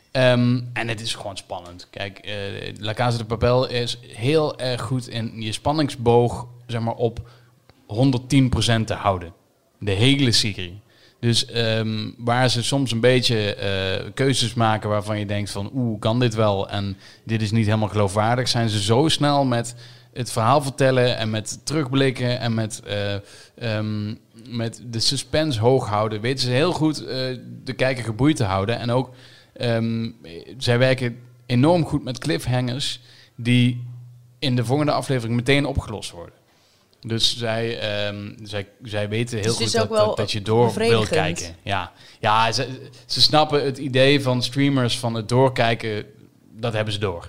Um, en het is gewoon spannend. Kijk, uh, La Casa de Papel is heel erg goed in je spanningsboog, zeg maar, op honderdtien procent te houden. De hele serie. Dus um, waar ze soms een beetje uh, keuzes maken waarvan je denkt van, oeh, kan dit wel? En dit is niet helemaal geloofwaardig. Zijn ze zo snel met het verhaal vertellen en met terugblikken en met, uh, um, met de suspense hoog houden. Weten ze heel goed uh, de kijker geboeid te houden. En ook Um, zij werken enorm goed met cliffhangers die in de volgende aflevering meteen opgelost worden. Dus zij, um, zij, zij weten heel dus goed dat, dat, dat je door wil kijken. Ja, ja ze, ze snappen het idee van streamers van het doorkijken, dat hebben ze door.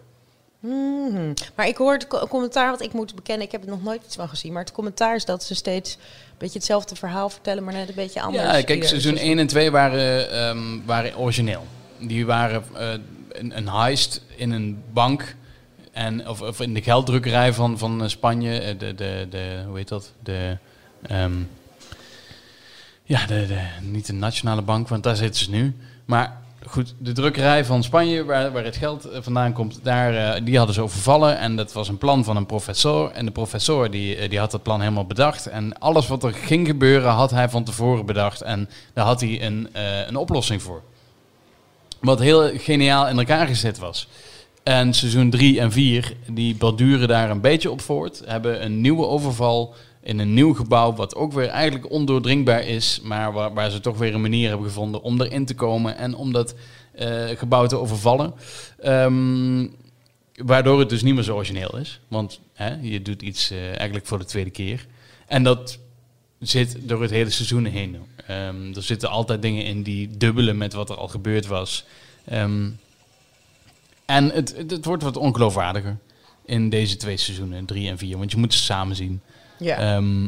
Mm-hmm. Maar ik hoor het co- commentaar, wat ik moet bekennen, ik heb er nog nooit iets van gezien, maar het commentaar is dat ze steeds een beetje hetzelfde verhaal vertellen, maar net een beetje anders. Ja, kijk, seizoen één en twee waren, um, waren origineel. Die waren uh, een, een heist in een bank en of, of in de gelddrukkerij van, van Spanje. De, de, de, hoe heet dat? De, um, ja, de, de, niet de nationale bank, want daar zitten ze nu. Maar goed, de drukkerij van Spanje, waar, waar het geld vandaan komt, daar, uh, die hadden ze overvallen. En dat was een plan van een professor. En de professor die, die had dat plan helemaal bedacht. En alles wat er ging gebeuren, had hij van tevoren bedacht. En daar had hij een, uh, een oplossing voor. Wat heel geniaal in elkaar gezet was. En seizoen drie en vier, die borduren daar een beetje op voort. Hebben een nieuwe overval in een nieuw gebouw, wat ook weer eigenlijk ondoordringbaar is. Maar waar, waar ze toch weer een manier hebben gevonden om erin te komen. En om dat uh, gebouwd te overvallen. Um, waardoor het dus niet meer zo origineel is. Want hè, je doet iets uh, eigenlijk voor de tweede keer. En dat zit door het hele seizoen heen. Um, er zitten altijd dingen in die dubbelen met wat er al gebeurd was. Um, en het, het, het wordt wat ongeloofwaardiger in deze twee seizoenen, drie en vier. Want je moet ze samen zien. Ja. Um,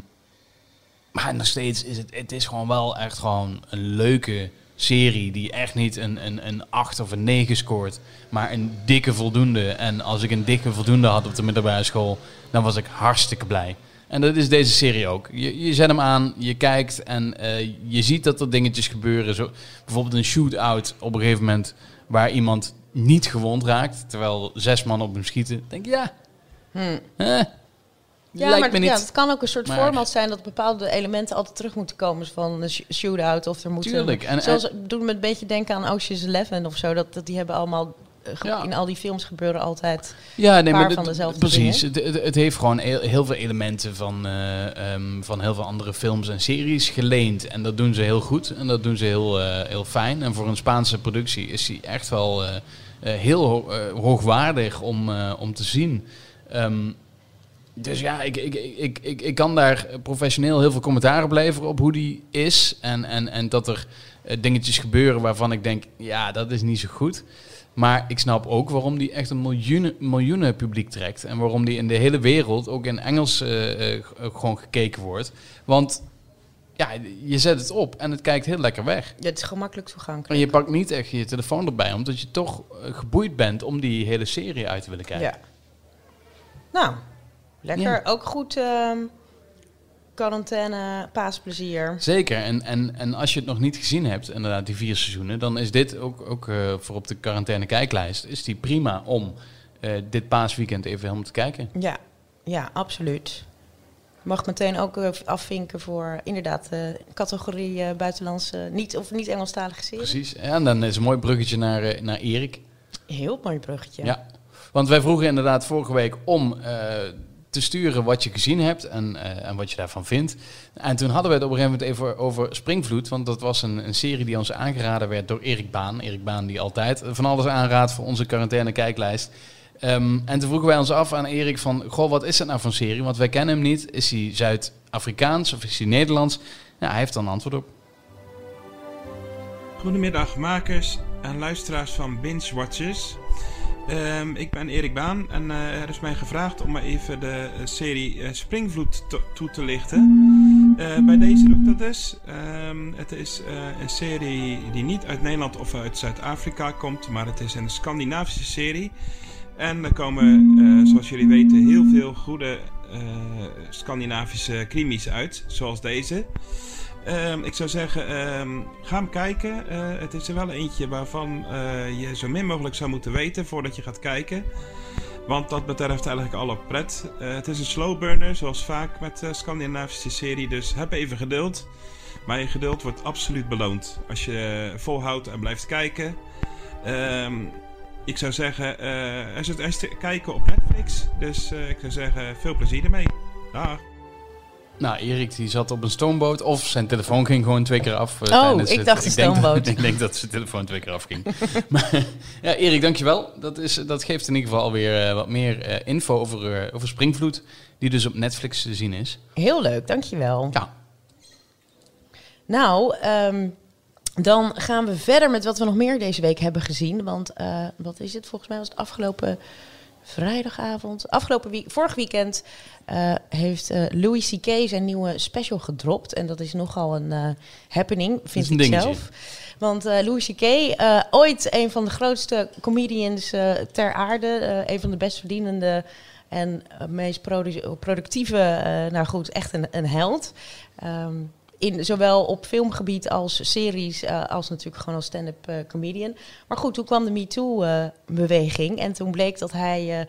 maar nog steeds is het, het is gewoon wel echt gewoon een leuke serie die echt niet een, een, een acht of een negen scoort, maar een dikke voldoende. En als ik een dikke voldoende had op de middelbare school, dan was ik hartstikke blij. En dat is deze serie ook. Je, je zet hem aan, je kijkt en uh, je ziet dat er dingetjes gebeuren. Zo, bijvoorbeeld een shootout op een gegeven moment waar iemand niet gewond raakt, terwijl zes man op hem schieten. Denk je, ja, hmm. eh, Ja, lijkt maar me niet. ja, het kan ook een soort Maar- format zijn dat bepaalde elementen altijd terug moeten komen. Van een sh- shootout of er moeten... Tuurlijk. En- Zoals, doet me een beetje denken aan Ocean's Eleven of zo. Dat, dat die hebben allemaal... uh, ge- Ja. In al die films gebeuren altijd... Ja, nee, paar maar van het- dezelfde precies. Het, het, het heeft gewoon heel, heel veel elementen van, uh, um, van heel veel andere films en series geleend. En dat doen ze heel goed en dat doen ze heel, uh, heel fijn. En voor een Spaanse productie is die echt wel uh, uh, heel ho- uh, hoogwaardig om, uh, om te zien. Um, dus ja, ik, ik, ik, ik, ik kan daar professioneel heel veel commentaar op leveren op hoe die is. En, en, en dat er uh, dingetjes gebeuren waarvan ik denk, ja, dat is niet zo goed. Maar ik snap ook waarom die echt een miljoenen, miljoenen publiek trekt. En waarom die in de hele wereld, ook in Engels, uh, uh, gewoon gekeken wordt. Want ja, je zet het op en het kijkt heel lekker weg. Ja, het is gemakkelijk toegankelijk. En je pakt niet echt je telefoon erbij, omdat je toch uh, geboeid bent om die hele serie uit te willen kijken. Ja. Nou, lekker. Ja. Ook goed ehm, quarantaine, paasplezier. Zeker. En, en, en als je het nog niet gezien hebt, inderdaad, die vier seizoenen, dan is dit ook, ook uh, voor op de quarantaine kijklijst, is die prima om uh, dit paasweekend even helemaal te kijken. Ja, ja, absoluut. Mag meteen ook uh, afvinken voor inderdaad de categorie uh, buitenlandse, niet of niet Engelstalige serie. Precies. Ja, en dan is een mooi bruggetje naar, uh, naar Erik. Heel mooi bruggetje. Ja, want wij vroegen inderdaad vorige week om uh, te sturen wat je gezien hebt en, uh, en wat je daarvan vindt. En toen hadden we het op een gegeven moment even over Springvloed, want dat was een, een serie die ons aangeraden werd door Erik Baan. Erik Baan die altijd van alles aanraadt voor onze quarantaine kijklijst. Um, en toen vroegen wij ons af aan Erik van, goh, wat is dat nou voor een serie? Want wij kennen hem niet. Is hij Zuid-Afrikaans of is hij Nederlands? Ja, hij heeft er een antwoord op. Goedemiddag makers en luisteraars van Binge Watchers. Um, ik ben Erik Baan en uh, er is mij gevraagd om maar even de uh, serie uh, Springvloed to- toe te lichten. Uh, bij deze doe ik dat dus. Um, het is uh, een serie die niet uit Nederland of uit Zuid-Afrika komt, maar het is een Scandinavische serie. En er komen, uh, zoals jullie weten, heel veel goede uh, Scandinavische krimis uit, zoals deze. Um, ik zou zeggen, um, ga hem kijken. Uh, het is er wel eentje waarvan uh, je zo min mogelijk zou moeten weten voordat je gaat kijken. Want dat betreft eigenlijk alle pret. Uh, het is een slow burner, zoals vaak met uh, Scandinavische serie. Dus heb even geduld. Maar je geduld wordt absoluut beloond als je uh, volhoudt en blijft kijken. Um, ik zou zeggen, uh, er zit er is te kijken op Netflix. Dus uh, ik zou zeggen, veel plezier ermee. Dag. Nou, Erik die zat op een stoomboot of zijn telefoon ging gewoon twee keer af. Uh, Oh, tijdens ik het, dacht een ik denk stoomboot. Dat, ik denk dat zijn telefoon twee keer afging. Maar ja, Erik, dankjewel. Dat, is, dat geeft in ieder geval alweer uh, wat meer uh, info over, uh, over Springvloed, die dus op Netflix te zien is. Heel leuk, dankjewel. Ja. Nou, um, dan gaan we verder met wat we nog meer deze week hebben gezien. Want uh, wat is het? Volgens mij was het afgelopen vrijdagavond. Afgelopen week, vorig weekend uh, heeft uh, Louis C K zijn nieuwe special gedropt. En dat is nogal een uh, happening, vind een ik dingetje. zelf. Want uh, Louis C K, uh, ooit een van de grootste comedians uh, ter aarde. Uh, een van de best verdienende en uh, meest produ- productieve, uh, nou goed, echt een, een held. Um, In, zowel op filmgebied als series, uh, als natuurlijk gewoon als stand-up uh, comedian. Maar goed, toen kwam de MeToo-beweging. Uh, en toen bleek dat hij uh,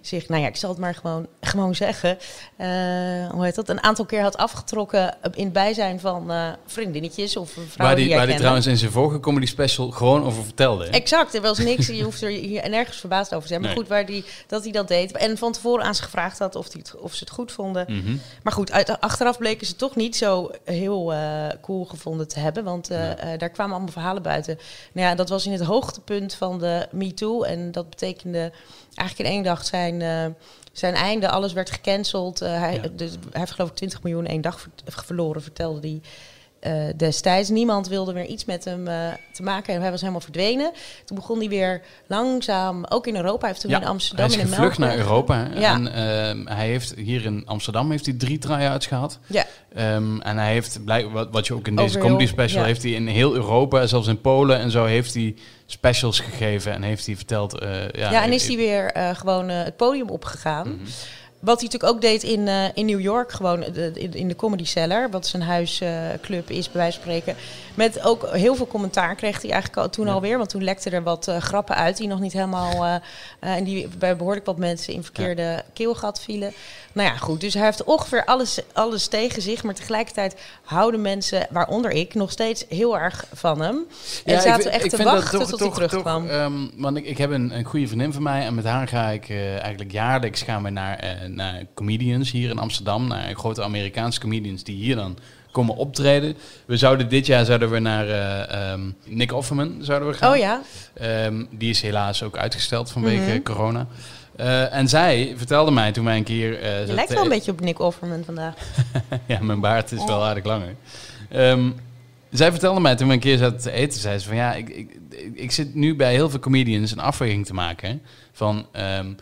zich, nou ja, ik zal het maar gewoon, gewoon zeggen, uh, hoe heet dat, een aantal keer had afgetrokken in het bijzijn van uh, vriendinnetjes of vrouwen waar die, die Waar die trouwens in zijn vorige comedy special gewoon over vertelde. Hè? Exact, er was niks, je hoeft er hier nergens verbaasd over te zijn. Maar nee. goed, waar die, dat hij dat deed. En van tevoren aan ze gevraagd had of, die het, of ze het goed vonden. Mm-hmm. Maar goed, uit, achteraf bleken ze toch niet zo heel uh, cool gevonden te hebben. Want uh, ja. uh, daar kwamen allemaal verhalen buiten. Nou ja, dat was in het hoogtepunt van de MeToo. En dat betekende eigenlijk in één dag zijn... Uh, Zijn einde, alles werd gecanceld. Uh, hij, ja. dus, hij heeft geloof ik twintig miljoen in één dag ver- verloren, vertelde hij uh, destijds. Niemand wilde meer iets met hem uh, te maken hebben. Hij was helemaal verdwenen. Toen begon hij weer langzaam, ook in Europa. Hij heeft toen ja, in Amsterdam hij is in de gevlucht naar Europa. Ja. En uh, hij heeft hier in Amsterdam heeft hij drie try-outs gehad. Ja. Um, en hij heeft, blijk, wat, wat je ook in deze Over comedy heel, special, ja. heeft hij in heel Europa, zelfs in Polen en zo, heeft hij specials gegeven en heeft hij verteld... Uh, ja, ja, en is hij weer uh, gewoon uh, het podium opgegaan. Mm-hmm. Wat hij natuurlijk ook deed in, uh, in New York, gewoon de, in, in de Comedy Cellar, wat zijn huisclub uh, is, bij wijze van spreken. Met ook heel veel commentaar kreeg hij eigenlijk al, toen ja. alweer, want toen lekte er wat uh, grappen uit die nog niet helemaal, uh, uh, en die bij behoorlijk wat mensen in verkeerde ja. keelgat vielen. Nou ja, goed, dus hij heeft ongeveer alles, alles tegen zich, maar tegelijkertijd houden mensen, waaronder ik, nog steeds heel erg van hem. En ja, zaten ik, echt ik te wachten toch, tot toch, hij terugkwam. Toch, um, want ik, ik heb een, een goede vriendin van mij en met haar ga ik uh, eigenlijk jaarlijks gaan we naar, uh, naar comedians hier in Amsterdam, naar grote Amerikaanse comedians die hier dan komen optreden. We zouden dit jaar zouden we naar uh, um, Nick Offerman zouden we gaan. Oh ja. Um, die is helaas ook uitgesteld vanwege mm-hmm. corona. Uh, en zij vertelde mij toen wij een keer... Uh, Je lijkt wel uh, een beetje op Nick Offerman vandaag. Ja, mijn baard is wel aardig langer. Um, zij vertelde mij toen we een keer zaten te eten, zei ze van ja, ik, ik, ik zit nu bij heel veel comedians een afweging te maken van um,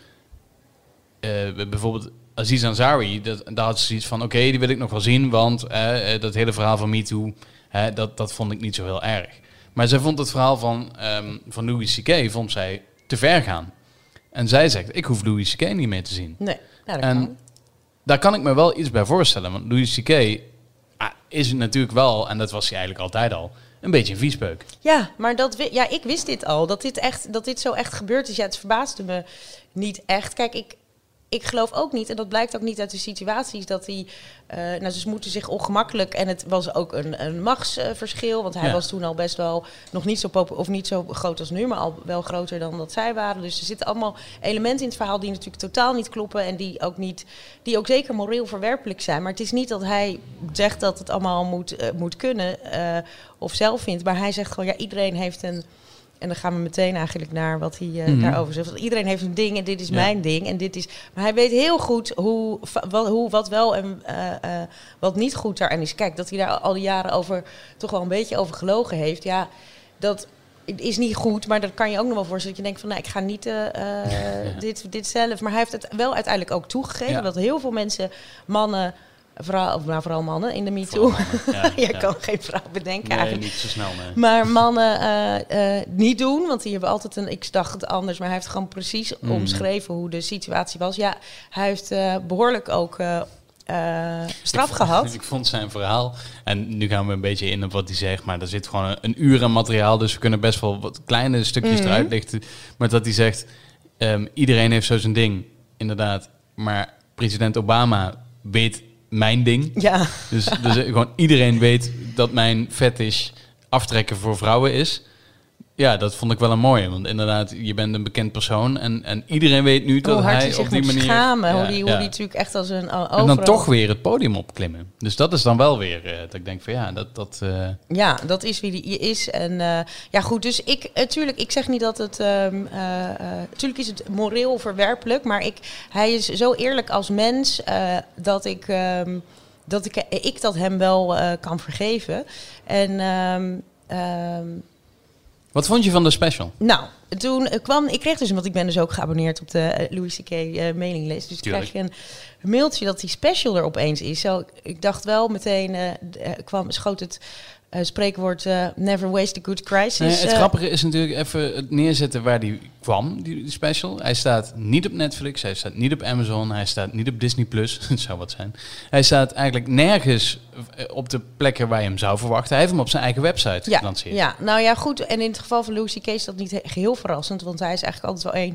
uh, bijvoorbeeld Aziz Ansari, dat, daar had ze zoiets van oké, okay, die wil ik nog wel zien, want uh, dat hele verhaal van MeToo, uh, dat, dat vond ik niet zo heel erg. Maar zij vond het verhaal van, um, van Louis C K vond zij te ver gaan. En zij zegt, ik hoef Louis C K niet meer te zien. Nee, ja, dat en kan. Daar kan ik me wel iets bij voorstellen. Want Louis C K ah, is natuurlijk wel, en dat was hij eigenlijk altijd al, een beetje een viespeuk. Ja, maar dat, ja, ik wist dit al. Dat dit, echt, dat dit zo echt gebeurd is. Ja, het verbaasde me niet echt. Kijk, ik... Ik geloof ook niet, en dat blijkt ook niet uit de situaties, dat hij... Uh, nou, ze moeten zich ongemakkelijk... En het was ook een, een machtsverschil, want hij ja. was toen al best wel nog niet zo pop- of niet zo groot als nu, maar al wel groter dan dat zij waren. Dus er zitten allemaal elementen in het verhaal die natuurlijk totaal niet kloppen en die ook, niet, die ook zeker moreel verwerpelijk zijn. Maar het is niet dat hij zegt dat het allemaal moet, uh, moet kunnen uh, of zelf vindt. Maar hij zegt gewoon, ja, iedereen heeft een... En dan gaan we meteen eigenlijk naar wat hij uh, mm-hmm. daarover zegt. Iedereen heeft een ding en dit is ja. mijn ding. En dit is, maar hij weet heel goed hoe, wat, hoe, wat wel en uh, uh, wat niet goed daarin is. Kijk, dat hij daar al die jaren over toch wel een beetje over gelogen heeft. Ja, dat is niet goed, maar dat kan je ook nog wel voorstellen. Dat je denkt van, nou, ik ga niet uh, uh, dit, dit zelf. Maar hij heeft het wel uiteindelijk ook toegegeven. Ja. Dat heel veel mensen, mannen... Vooral, of nou, vooral mannen in de MeToo. Ja, je ja. kan geen vrouw bedenken nee, eigenlijk. niet zo snel, nee. Maar mannen uh, uh, niet doen, want die hebben altijd een... Ik dacht het anders, maar hij heeft gewoon precies mm. omschreven hoe de situatie was. Ja, hij heeft uh, behoorlijk ook uh, uh, straf ik gehad. Vond, ik vond zijn verhaal, en nu gaan we een beetje in op wat hij zegt, maar er zit gewoon een, een uur aan materiaal, dus we kunnen best wel wat kleine stukjes mm-hmm. eruit lichten. Maar dat hij zegt, um, iedereen heeft zo zijn ding, inderdaad. Maar president Obama weet... mijn ding. Ja. Dus, dus gewoon iedereen weet dat mijn fetish aftrekken voor vrouwen is. Ja, dat vond ik wel een mooie. Want inderdaad, je bent een bekend persoon. En, en iedereen weet nu dat hij, hij op die manier... Schamen, ja, hoe die, ja. hoe die natuurlijk echt als een... Uh, en dan toch weer het podium opklimmen. Dus dat is dan wel weer... Uh, dat ik denk van ja, dat... dat uh... Ja, dat is wie die is. En uh, ja goed, dus ik... Natuurlijk, uh, ik zeg niet dat het... Um, uh, uh, natuurlijk is het moreel verwerpelijk. Maar ik, hij is zo eerlijk als mens... Uh, dat ik... Um, dat ik, ik dat hem wel uh, kan vergeven. En... Um, um, Wat vond je van de special? Nou, toen kwam... Ik kreeg dus... Want ik ben dus ook geabonneerd op de uh, Louis C K uh, mailinglist. Dus toen krijg je een mailtje dat die special er opeens is. Zo, ik dacht wel meteen... Uh, kwam, schoot het uh, spreekwoord... Uh, never waste a good crisis. Nee, het uh, grappige is natuurlijk even het neerzetten waar die kwam, die, die special. Hij staat niet op Netflix, hij staat niet op Amazon, hij staat niet op Disney plus. Het zou wat zijn. Hij staat eigenlijk nergens op de plekken waar je hem zou verwachten. Hij heeft hem op zijn eigen website gelanceerd. Ja, nou ja, goed. En in het geval van Louis C K is dat niet he- geheel verrassend, want hij is eigenlijk altijd wel een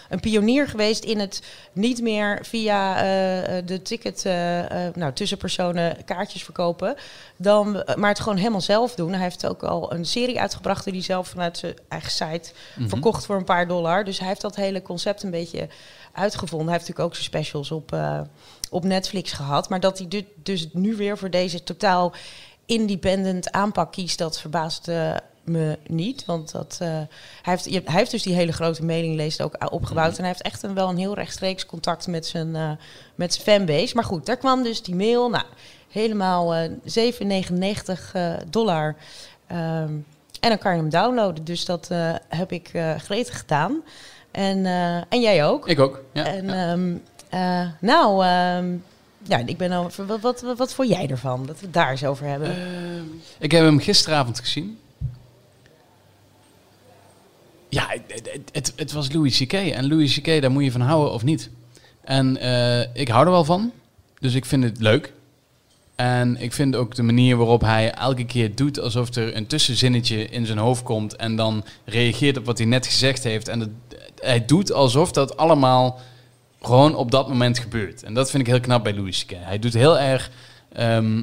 een pionier geweest in het niet meer via uh, de ticket, uh, uh, nou, tussenpersonen kaartjes verkopen, dan, uh, maar het gewoon helemaal zelf doen. Hij heeft ook al een serie uitgebracht die hij zelf vanuit zijn eigen site mm-hmm. verkocht voor een paar dollar. Dus hij heeft dat hele concept een beetje uitgevonden. Hij heeft natuurlijk ook zijn specials op, uh, op Netflix gehad. Maar dat hij du- dus nu weer voor deze totaal independent aanpak kiest, dat verbaast uh, me niet. Want dat, uh, hij, heeft, hij heeft dus die hele grote mailinglist ook opgebouwd. Mm-hmm. En hij heeft echt een, wel een heel rechtstreeks contact met zijn, uh, met zijn fanbase. Maar goed, daar kwam dus die mail. Nou, helemaal uh, zeven negenennegentig uh, dollar. Um, en dan kan je hem downloaden. Dus dat uh, heb ik uh, gretig gedaan. En, uh, en jij ook. Ik ook, ja. En ja. Um, uh, nou, um, ja, ik ben al, wat, wat, wat, wat vond jij ervan? Dat we het daar eens over hebben. Uh, ik heb hem gisteravond gezien. Ja, het, het, het was Louis C K. En Louis C K, daar moet je van houden of niet. En uh, ik hou er wel van. Dus ik vind het leuk. En ik vind ook de manier waarop hij elke keer doet alsof er een tussenzinnetje in zijn hoofd komt en dan reageert op wat hij net gezegd heeft. En het, hij doet alsof dat allemaal gewoon op dat moment gebeurt. En dat vind ik heel knap bij Louis C K. Hij doet heel erg um,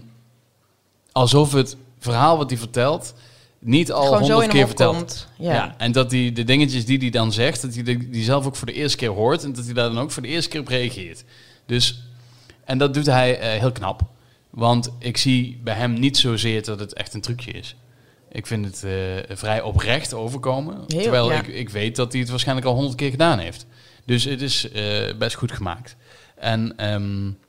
alsof het verhaal wat hij vertelt niet al honderd keer vertelt. Ja. Ja, en dat hij de dingetjes die hij dan zegt, dat hij die, die zelf ook voor de eerste keer hoort en dat hij daar dan ook voor de eerste keer op reageert. Dus, en dat doet hij uh, heel knap. Want ik zie bij hem niet zozeer dat het echt een trucje is. Ik vind het uh, vrij oprecht overkomen. Heel, terwijl ja. ik, ik weet dat hij het waarschijnlijk al honderd keer gedaan heeft. Dus het is uh, best goed gemaakt. En um,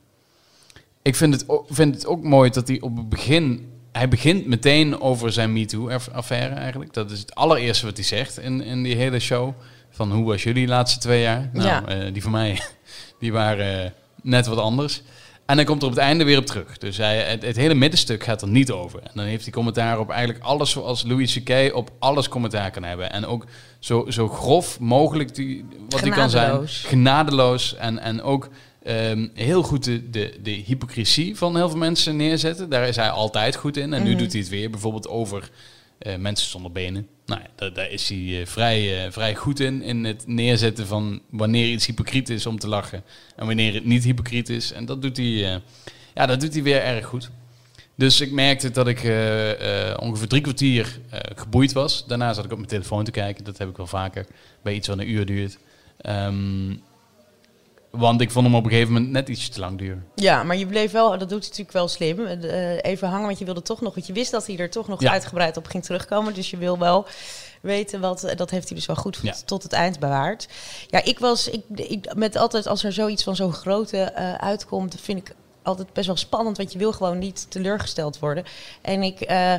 ik vind het, ook, vind het ook mooi dat hij op het begin... Hij begint meteen over zijn MeToo-affaire eigenlijk. Dat is het allereerste wat hij zegt in, in die hele show. Van hoe was jullie de laatste twee jaar? Nou, ja. uh, die van mij, die waren uh, net wat anders. En dan komt er op het einde weer op terug. Dus hij, het, het hele middenstuk gaat er niet over. En dan heeft hij commentaar op eigenlijk alles zoals Louis C K op alles commentaar kan hebben. En ook zo, zo grof mogelijk die, wat hij kan zijn. Genadeloos. En, en ook um, heel goed de, de, de hypocrisie van heel veel mensen neerzetten. Daar is hij altijd goed in. En mm-hmm. nu doet hij het weer bijvoorbeeld over uh, mensen zonder benen. Nou ja, daar, daar is hij uh, vrij, uh, vrij goed in. In het neerzetten van wanneer iets hypocriet is om te lachen. En wanneer het niet hypocriet is. En dat doet hij, uh, ja, dat doet hij weer erg goed. Dus ik merkte dat ik uh, uh, ongeveer drie kwartier uh, geboeid was. Daarna zat ik op mijn telefoon te kijken. Dat heb ik wel vaker bij iets wat een uur duurt. Um, Want ik vond hem op een gegeven moment net iets te lang duren. Ja, maar je bleef wel, dat doet hij natuurlijk wel slim, uh, even hangen, want je wilde toch nog, want je wist dat hij er toch nog ja. uitgebreid op ging terugkomen. Dus je wil wel weten wat, dat heeft hij dus wel goed ja. tot het eind bewaard. Ja, ik was, ik, ik, met altijd als er zoiets van zo'n grote uh, uitkomt, vind ik altijd best wel spannend, want je wil gewoon niet teleurgesteld worden. En ik, uh,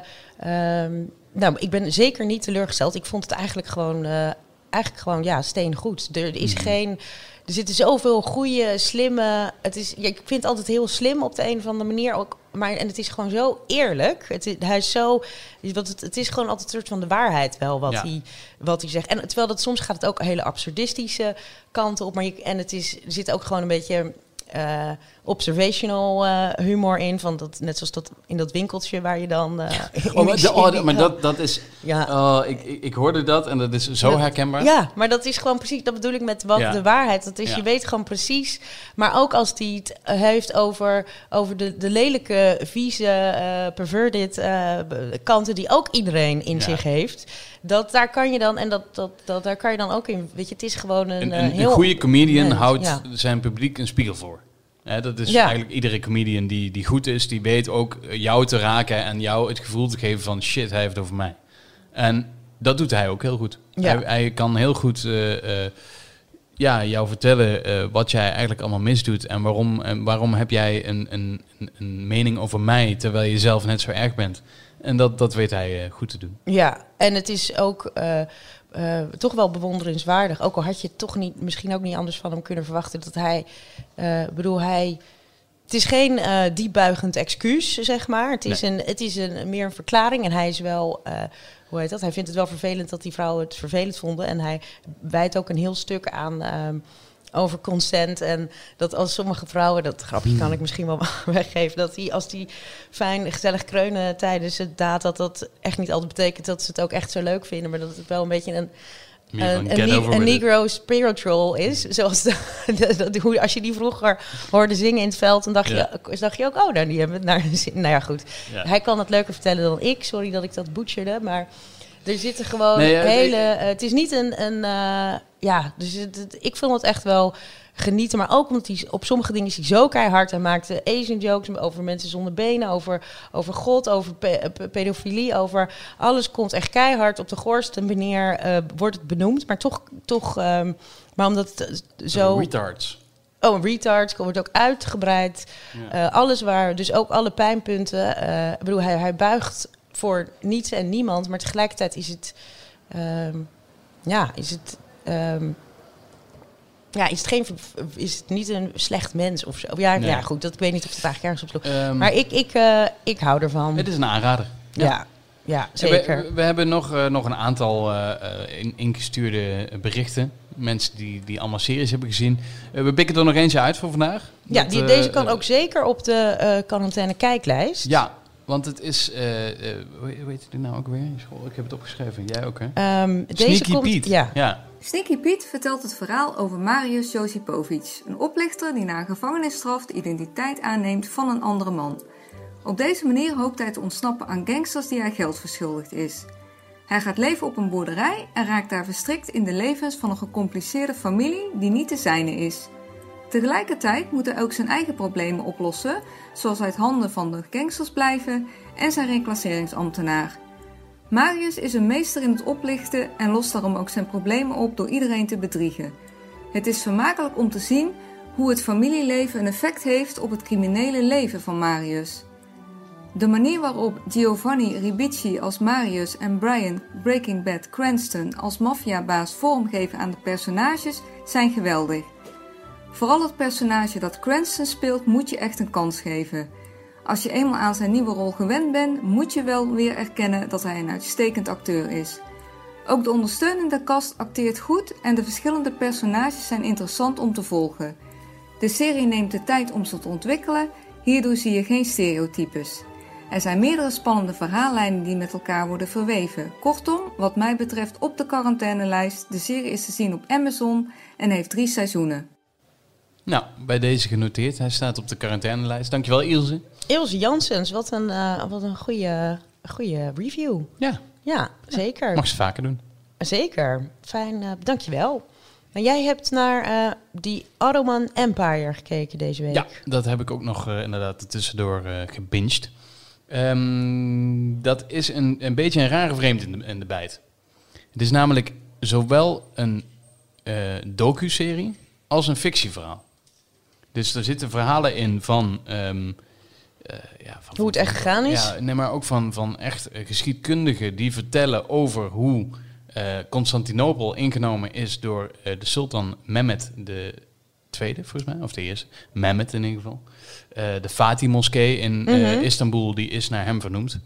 um, nou, ik ben zeker niet teleurgesteld. Ik vond het eigenlijk gewoon, uh, eigenlijk gewoon, ja, steengoed. Er, er is mm. geen... Er zitten zoveel goede, slimme... Het is, ja, ik vind het altijd heel slim op de een of andere manier. Ook, maar, en het is gewoon zo eerlijk. Het is, hij is zo... Het, het is gewoon altijd een soort van de waarheid wel wat, ja. hij, wat hij zegt. En terwijl dat soms gaat het ook hele absurdistische kanten op. Maar je, en het is, er zit ook gewoon een beetje... Uh, observational uh, humor in, van dat, net zoals dat in dat winkeltje waar je dan... Uh, oh, maar de, oh, maar dat, dat is... Ja. Oh, ik, ik, ik hoorde dat en dat is zo dat, herkenbaar. Ja, maar dat is gewoon precies... Dat bedoel ik met wat ja. de waarheid. Dat is, ja. je weet gewoon precies... Maar ook als hij het heeft over, over de, de lelijke, vieze, uh, perverted uh, kanten die ook iedereen in ja. zich heeft... Dat daar kan je dan en dat, dat, dat daar kan je dan ook in. Weet je, het is gewoon een, een, een uh, heel. Een goede comedian mens, houdt ja. zijn publiek een spiegel voor. Hè, dat is ja. eigenlijk iedere comedian die, die goed is, die weet ook jou te raken en jou het gevoel te geven van shit, hij heeft het over mij. En dat doet hij ook heel goed. Ja. Hij, hij kan heel goed uh, uh, ja, jou vertellen uh, wat jij eigenlijk allemaal misdoet en waarom, en waarom heb jij een, een, een mening over mij terwijl je zelf net zo erg bent. En dat, dat weet hij uh, goed te doen. Ja, en het is ook uh, uh, toch wel bewonderenswaardig. Ook al had je het toch niet, misschien ook niet anders van hem kunnen verwachten dat hij, uh, bedoel hij, het is geen uh, diepbuigend excuus, zeg maar. Het is, nee. een, het is een, meer een verklaring en hij is wel, uh, hoe heet dat? Hij vindt het wel vervelend dat die vrouwen het vervelend vonden en hij wijdt ook een heel stuk aan. Uh, over consent en dat als sommige vrouwen, dat grapje kan ik misschien wel weggeven, dat die als die fijn gezellig kreunen tijdens het daad, dat dat echt niet altijd betekent dat ze het ook echt zo leuk vinden, maar dat het wel een beetje een een, een, ne- een Negro spiritual is. Zoals de, de, de, hoe, als je die vroeger hoorde zingen in het veld, dan dacht, ja. je, dacht je ook, oh, nou, die hebben het naar zin. Nou ja, goed. Ja. Hij kan het leuker vertellen dan ik. Sorry dat ik dat butcherde, maar er zitten gewoon nee, ja, hele... Uh, het is niet een... een uh, ja, dus het, het, ik vond het echt wel genieten. Maar ook omdat hij op sommige dingen is hij zo keihard. Hij maakte Asian jokes over mensen zonder benen, over, over God, over pe- pe- pedofilie, over alles komt echt keihard op de gorst. Wanneer uh, wordt het benoemd, maar toch, toch um, maar omdat het zo... Retards. Oh, retards wordt ook uitgebreid. Ja. Uh, alles waar, dus ook alle pijnpunten. Uh, ik bedoel, hij, hij buigt voor niets en niemand, maar tegelijkertijd is het, um, ja, is het, um, ja, is het geen, is het niet een slecht mens of zo? Ja, nee. ja, goed, dat ik weet niet of het eigenlijk ergens op sloeg. Um, maar ik, ik, uh, ik hou ervan. Het is een aanrader. Ja, ja, ja zeker. We, we hebben nog, uh, nog een aantal uh, in, ingestuurde berichten. Mensen die, die allemaal series hebben gezien. Uh, we pikken er nog eentje uit voor vandaag. Ja, dat, die, uh, deze kan uh, ook zeker op de uh, quarantaine kijklijst. Ja. Want het is, uh, uh, hoe heet het nou ook weer? Ik heb het opgeschreven, jij ook hè? Um, deze Sneaky komt, Pete. Ja. ja. Sneaky Pete vertelt het verhaal over Marius Josipovic, een oplichter die na een gevangenisstraf de identiteit aanneemt van een andere man. Op deze manier hoopt hij te ontsnappen aan gangsters die hij geld verschuldigd is. Hij gaat leven op een boerderij en raakt daar verstrikt in de levens van een gecompliceerde familie die niet de zijne is. Tegelijkertijd moet hij ook zijn eigen problemen oplossen, zoals uit handen van de gangsters blijven en zijn reclasseringsambtenaar. Marius is een meester in het oplichten en lost daarom ook zijn problemen op door iedereen te bedriegen. Het is vermakelijk om te zien hoe het familieleven een effect heeft op het criminele leven van Marius. De manier waarop Giovanni Ribisi als Marius en Brian Breaking Bad Cranston als maffiabaas vormgeven aan de personages zijn geweldig. Vooral het personage dat Cranston speelt moet je echt een kans geven. Als je eenmaal aan zijn nieuwe rol gewend bent, moet je wel weer erkennen dat hij een uitstekend acteur is. Ook de ondersteunende cast acteert goed en de verschillende personages zijn interessant om te volgen. De serie neemt de tijd om ze te ontwikkelen, hierdoor zie je geen stereotypes. Er zijn meerdere spannende verhaallijnen die met elkaar worden verweven. Kortom, wat mij betreft op de quarantainelijst. De serie is te zien op Amazon en heeft drie seizoenen. Nou, bij deze genoteerd. Hij staat op de quarantainelijst. Dankjewel, Ilse. Ilse Janssens, wat een, uh, wat een goede, goede review. Ja. Ja, zeker. Ja, mag ze vaker doen. Zeker. Fijn, uh, dankjewel. Maar jij hebt naar uh, die Ottoman Empire gekeken deze week. Ja, dat heb ik ook nog uh, inderdaad tussendoor uh, gebinged. Um, dat is een, een beetje een rare vreemd in de, in de bijt. Het is namelijk zowel een uh, docu-serie als een fictieverhaal. Dus er zitten verhalen in van... Um, uh, ja, van hoe het echt gegaan is? Ja, nee, maar ook van, van echt uh, geschiedkundigen die vertellen over hoe uh, Constantinopel ingenomen is door uh, de sultan Mehmed de Tweede, volgens mij, of de eerste. Mehmed in ieder geval. Uh, de Fatih-moskee in uh, mm-hmm. Istanbul, die is naar hem vernoemd.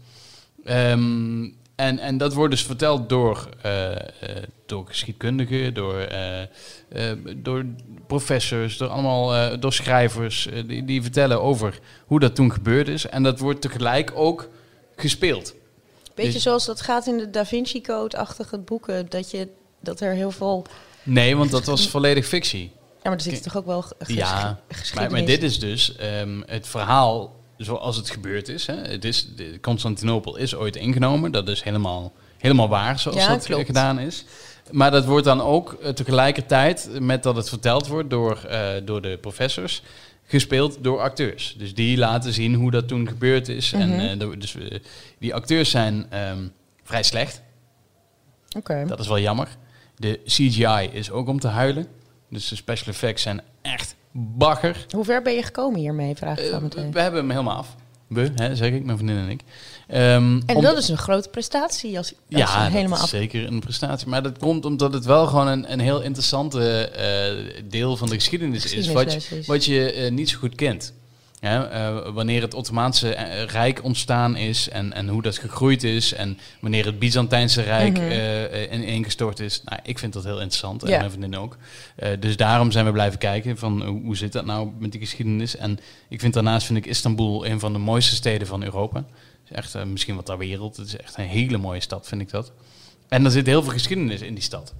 Um, en, en dat wordt dus verteld door, uh, uh, door geschiedkundigen, door, uh, uh, door professors, door, allemaal, uh, door schrijvers, uh, die, die vertellen over hoe dat toen gebeurd is. En dat wordt tegelijk ook gespeeld. Beetje dus, zoals dat gaat in de Da Vinci Code-achtige boeken, dat, je, dat er heel veel... Nee, want dat was volledig fictie. Ja, maar er zit toch ook wel ges- ja, maar, maar dit is dus um, het verhaal zoals het gebeurd is. Hè. Het is de, Constantinopel is ooit ingenomen. Dat is helemaal, helemaal waar zoals ja, dat klopt. gedaan is. Maar dat wordt dan ook uh, tegelijkertijd, met dat het verteld wordt door, uh, door de professors, gespeeld door acteurs. Dus die laten zien hoe dat toen gebeurd is. Mm-hmm. En uh, de, dus, uh, die acteurs zijn um, vrij slecht. Okay. Dat is wel jammer. De C G I is ook om te huilen. Dus de special effects zijn echt bagger. Hoe ver ben je gekomen hiermee, vraag ik uh, meteen. We hebben hem helemaal af. We, hè, zeg ik, mijn vriendin en ik. Um, en dat is een grote prestatie als, als ja, helemaal dat is af. zeker een prestatie. Maar dat komt omdat het wel gewoon een, een heel interessante uh, deel van de geschiedenis, geschiedenis is. Wat je, wat je uh, niet zo goed kent. Ja, uh, wanneer het Ottomaanse uh, Rijk ontstaan is en, en hoe dat gegroeid is en wanneer het Byzantijnse Rijk mm-hmm. uh, ineengestort is. Nou, ik vind dat heel interessant en ja. mijn vriendin ook. Uh, dus daarom zijn we blijven kijken van uh, hoe zit dat nou met die geschiedenis. En ik vind daarnaast vind ik Istanbul een van de mooiste steden van Europa. Het is echt uh, misschien wat ter wereld. Het is echt een hele mooie stad, vind ik dat. En er zit heel veel geschiedenis in die stad.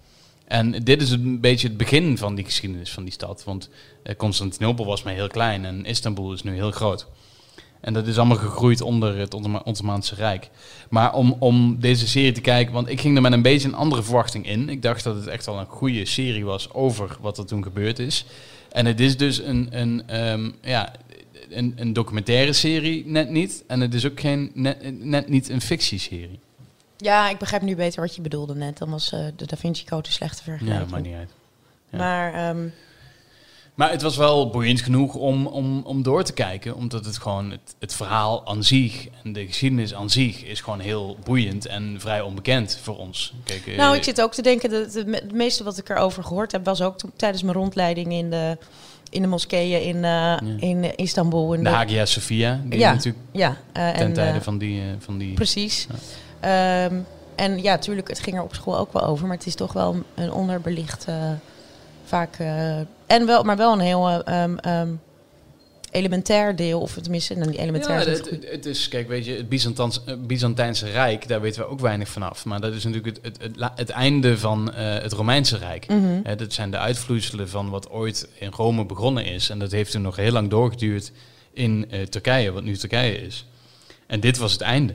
En dit is een beetje het begin van die geschiedenis van die stad. Want uh, Constantinopel was maar heel klein en Istanbul is nu heel groot. En dat is allemaal gegroeid onder het Ottomaanse Rijk. Maar om, om deze serie te kijken, want ik ging er met een beetje een andere verwachting in. Ik dacht dat het echt wel een goede serie was over wat er toen gebeurd is. En het is dus een, een, um, ja, een, een documentaire serie, net niet. En het is ook geen, net, net niet een fictieserie. Ja, ik begrijp nu beter wat je bedoelde net. Dan was uh, de Da Vinci Code een slechte vergelijking. Ja, dat maakt niet uit. Ja. Maar... Um, Maar het was wel boeiend genoeg om, om, om door te kijken. Omdat het gewoon het, het verhaal aan zich en de geschiedenis aan zich is gewoon heel boeiend en vrij onbekend voor ons. Kijk, nou, uh, ik zit ook te denken dat het, het meeste wat ik erover gehoord heb was ook to- tijdens mijn rondleiding in de, in de moskeeën in, uh, ja. in Istanbul. In de, de Hagia Sophia, die ja, natuurlijk ja, uh, ten en, tijde uh, van die, uh, van die... Precies. Ja. Um, en ja, tuurlijk, het ging er op school ook wel over. Maar het is toch wel een onderbelicht... Uh, Vaak, uh, en wel, maar wel een heel um, um, elementair deel, of tenminste, nou, die elementair ja, is het, het, het is, kijk, weet je, het Byzantijns, uh, Byzantijnse Rijk, daar weten we ook weinig vanaf. Maar dat is natuurlijk het, het, het, het einde van uh, het Romeinse Rijk. Mm-hmm. Uh, dat zijn de uitvloeiselen van wat ooit in Rome begonnen is. En dat heeft toen nog heel lang doorgeduurd in uh, Turkije, wat nu Turkije is. En dit was het einde.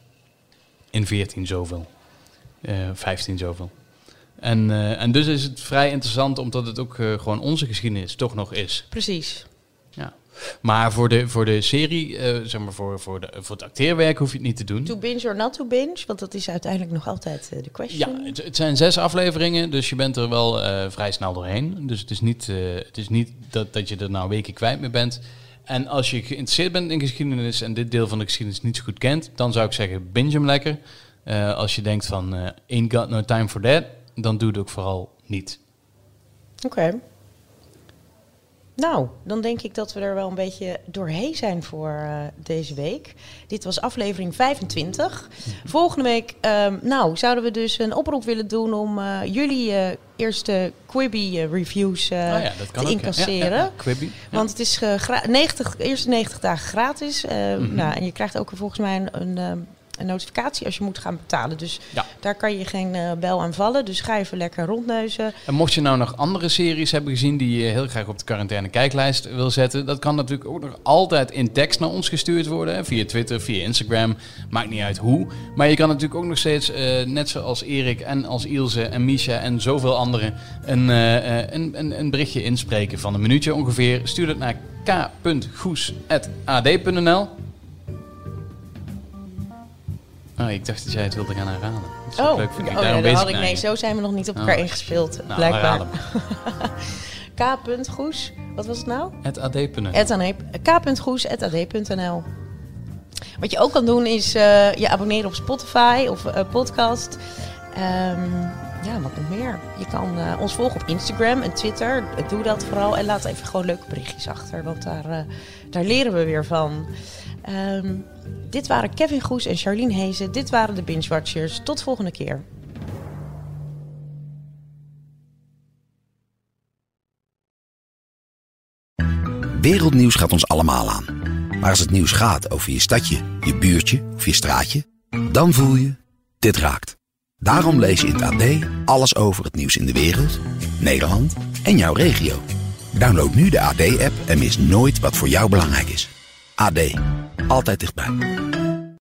In veertien zoveel. Uh, vijftien zoveel. En, uh, en dus is het vrij interessant, omdat het ook uh, gewoon onze geschiedenis toch nog is. Precies. Ja. Maar voor de, voor de serie, uh, zeg maar voor, voor, de, voor het acteerwerk hoef je het niet te doen. To binge or not to binge? Want dat is uiteindelijk nog altijd uh, de question. Ja, het, het zijn zes afleveringen, dus je bent er wel uh, vrij snel doorheen. Dus het is niet, uh, het is niet dat, dat je er nou weken kwijt mee bent. En als je geïnteresseerd bent in geschiedenis en dit deel van de geschiedenis niet zo goed kent, dan zou ik zeggen, binge hem lekker. Uh, als je denkt van, uh, ain't got no time for that, dan doe het ook vooral niet. Oké. Okay. Nou, dan denk ik dat we er wel een beetje doorheen zijn voor uh, deze week. Dit was aflevering vijfentwintig. Mm-hmm. Volgende week, um, nou, zouden we dus een oproep willen doen om uh, jullie uh, eerste Quibi uh, reviews uh, oh ja, te incasseren. Ja, ja, ja. Quibi. Ja. Want het is uh, gra- negentig, eerste negentig dagen gratis. Uh, mm-hmm. Nou, en je krijgt ook volgens mij een... een um, een notificatie als je moet gaan betalen. Dus ja. daar kan je geen uh, bel aan vallen. Dus ga even lekker rondneuzen. En mocht je nou nog andere series hebben gezien die je heel graag op de quarantaine kijklijst wil zetten, dat kan natuurlijk ook nog altijd in tekst naar ons gestuurd worden. Hè? Via Twitter, via Instagram. Maakt niet uit hoe. Maar je kan natuurlijk ook nog steeds, uh, net zoals Erik en als Ilse en Misha en zoveel anderen, een, uh, een, een, een berichtje inspreken van een minuutje ongeveer. Stuur het naar k punt goes at a d punt n l. Oh, ik dacht dat jij het wilde gaan herhalen. Dat is oh, leuk, vind ik. oh ja, dat had ik. Nee, zo zijn we nog niet op elkaar oh, ingespeeld, nou, blijkbaar. k punt goes, wat was het nou? at a d punt n l. k punt goes at a d punt n l. Wat je ook kan doen is uh, je abonneren op Spotify of uh, podcast. Um, ja, wat nog meer? Je kan uh, ons volgen op Instagram en Twitter. Doe dat vooral en laat even gewoon leuke berichtjes achter, want daar, uh, daar leren we weer van. Um, dit waren Kevin Goes en Charlene Hezen. Dit waren de Binge Watchers. Tot volgende keer. Wereldnieuws gaat ons allemaal aan. Maar als het nieuws gaat over je stadje, je buurtje of je straatje, dan voel je, dit raakt. Daarom lees je in het A D alles over het nieuws in de wereld, Nederland en jouw regio. Download nu de A D-app en mis nooit wat voor jou belangrijk is. A D. Altijd dichtbij.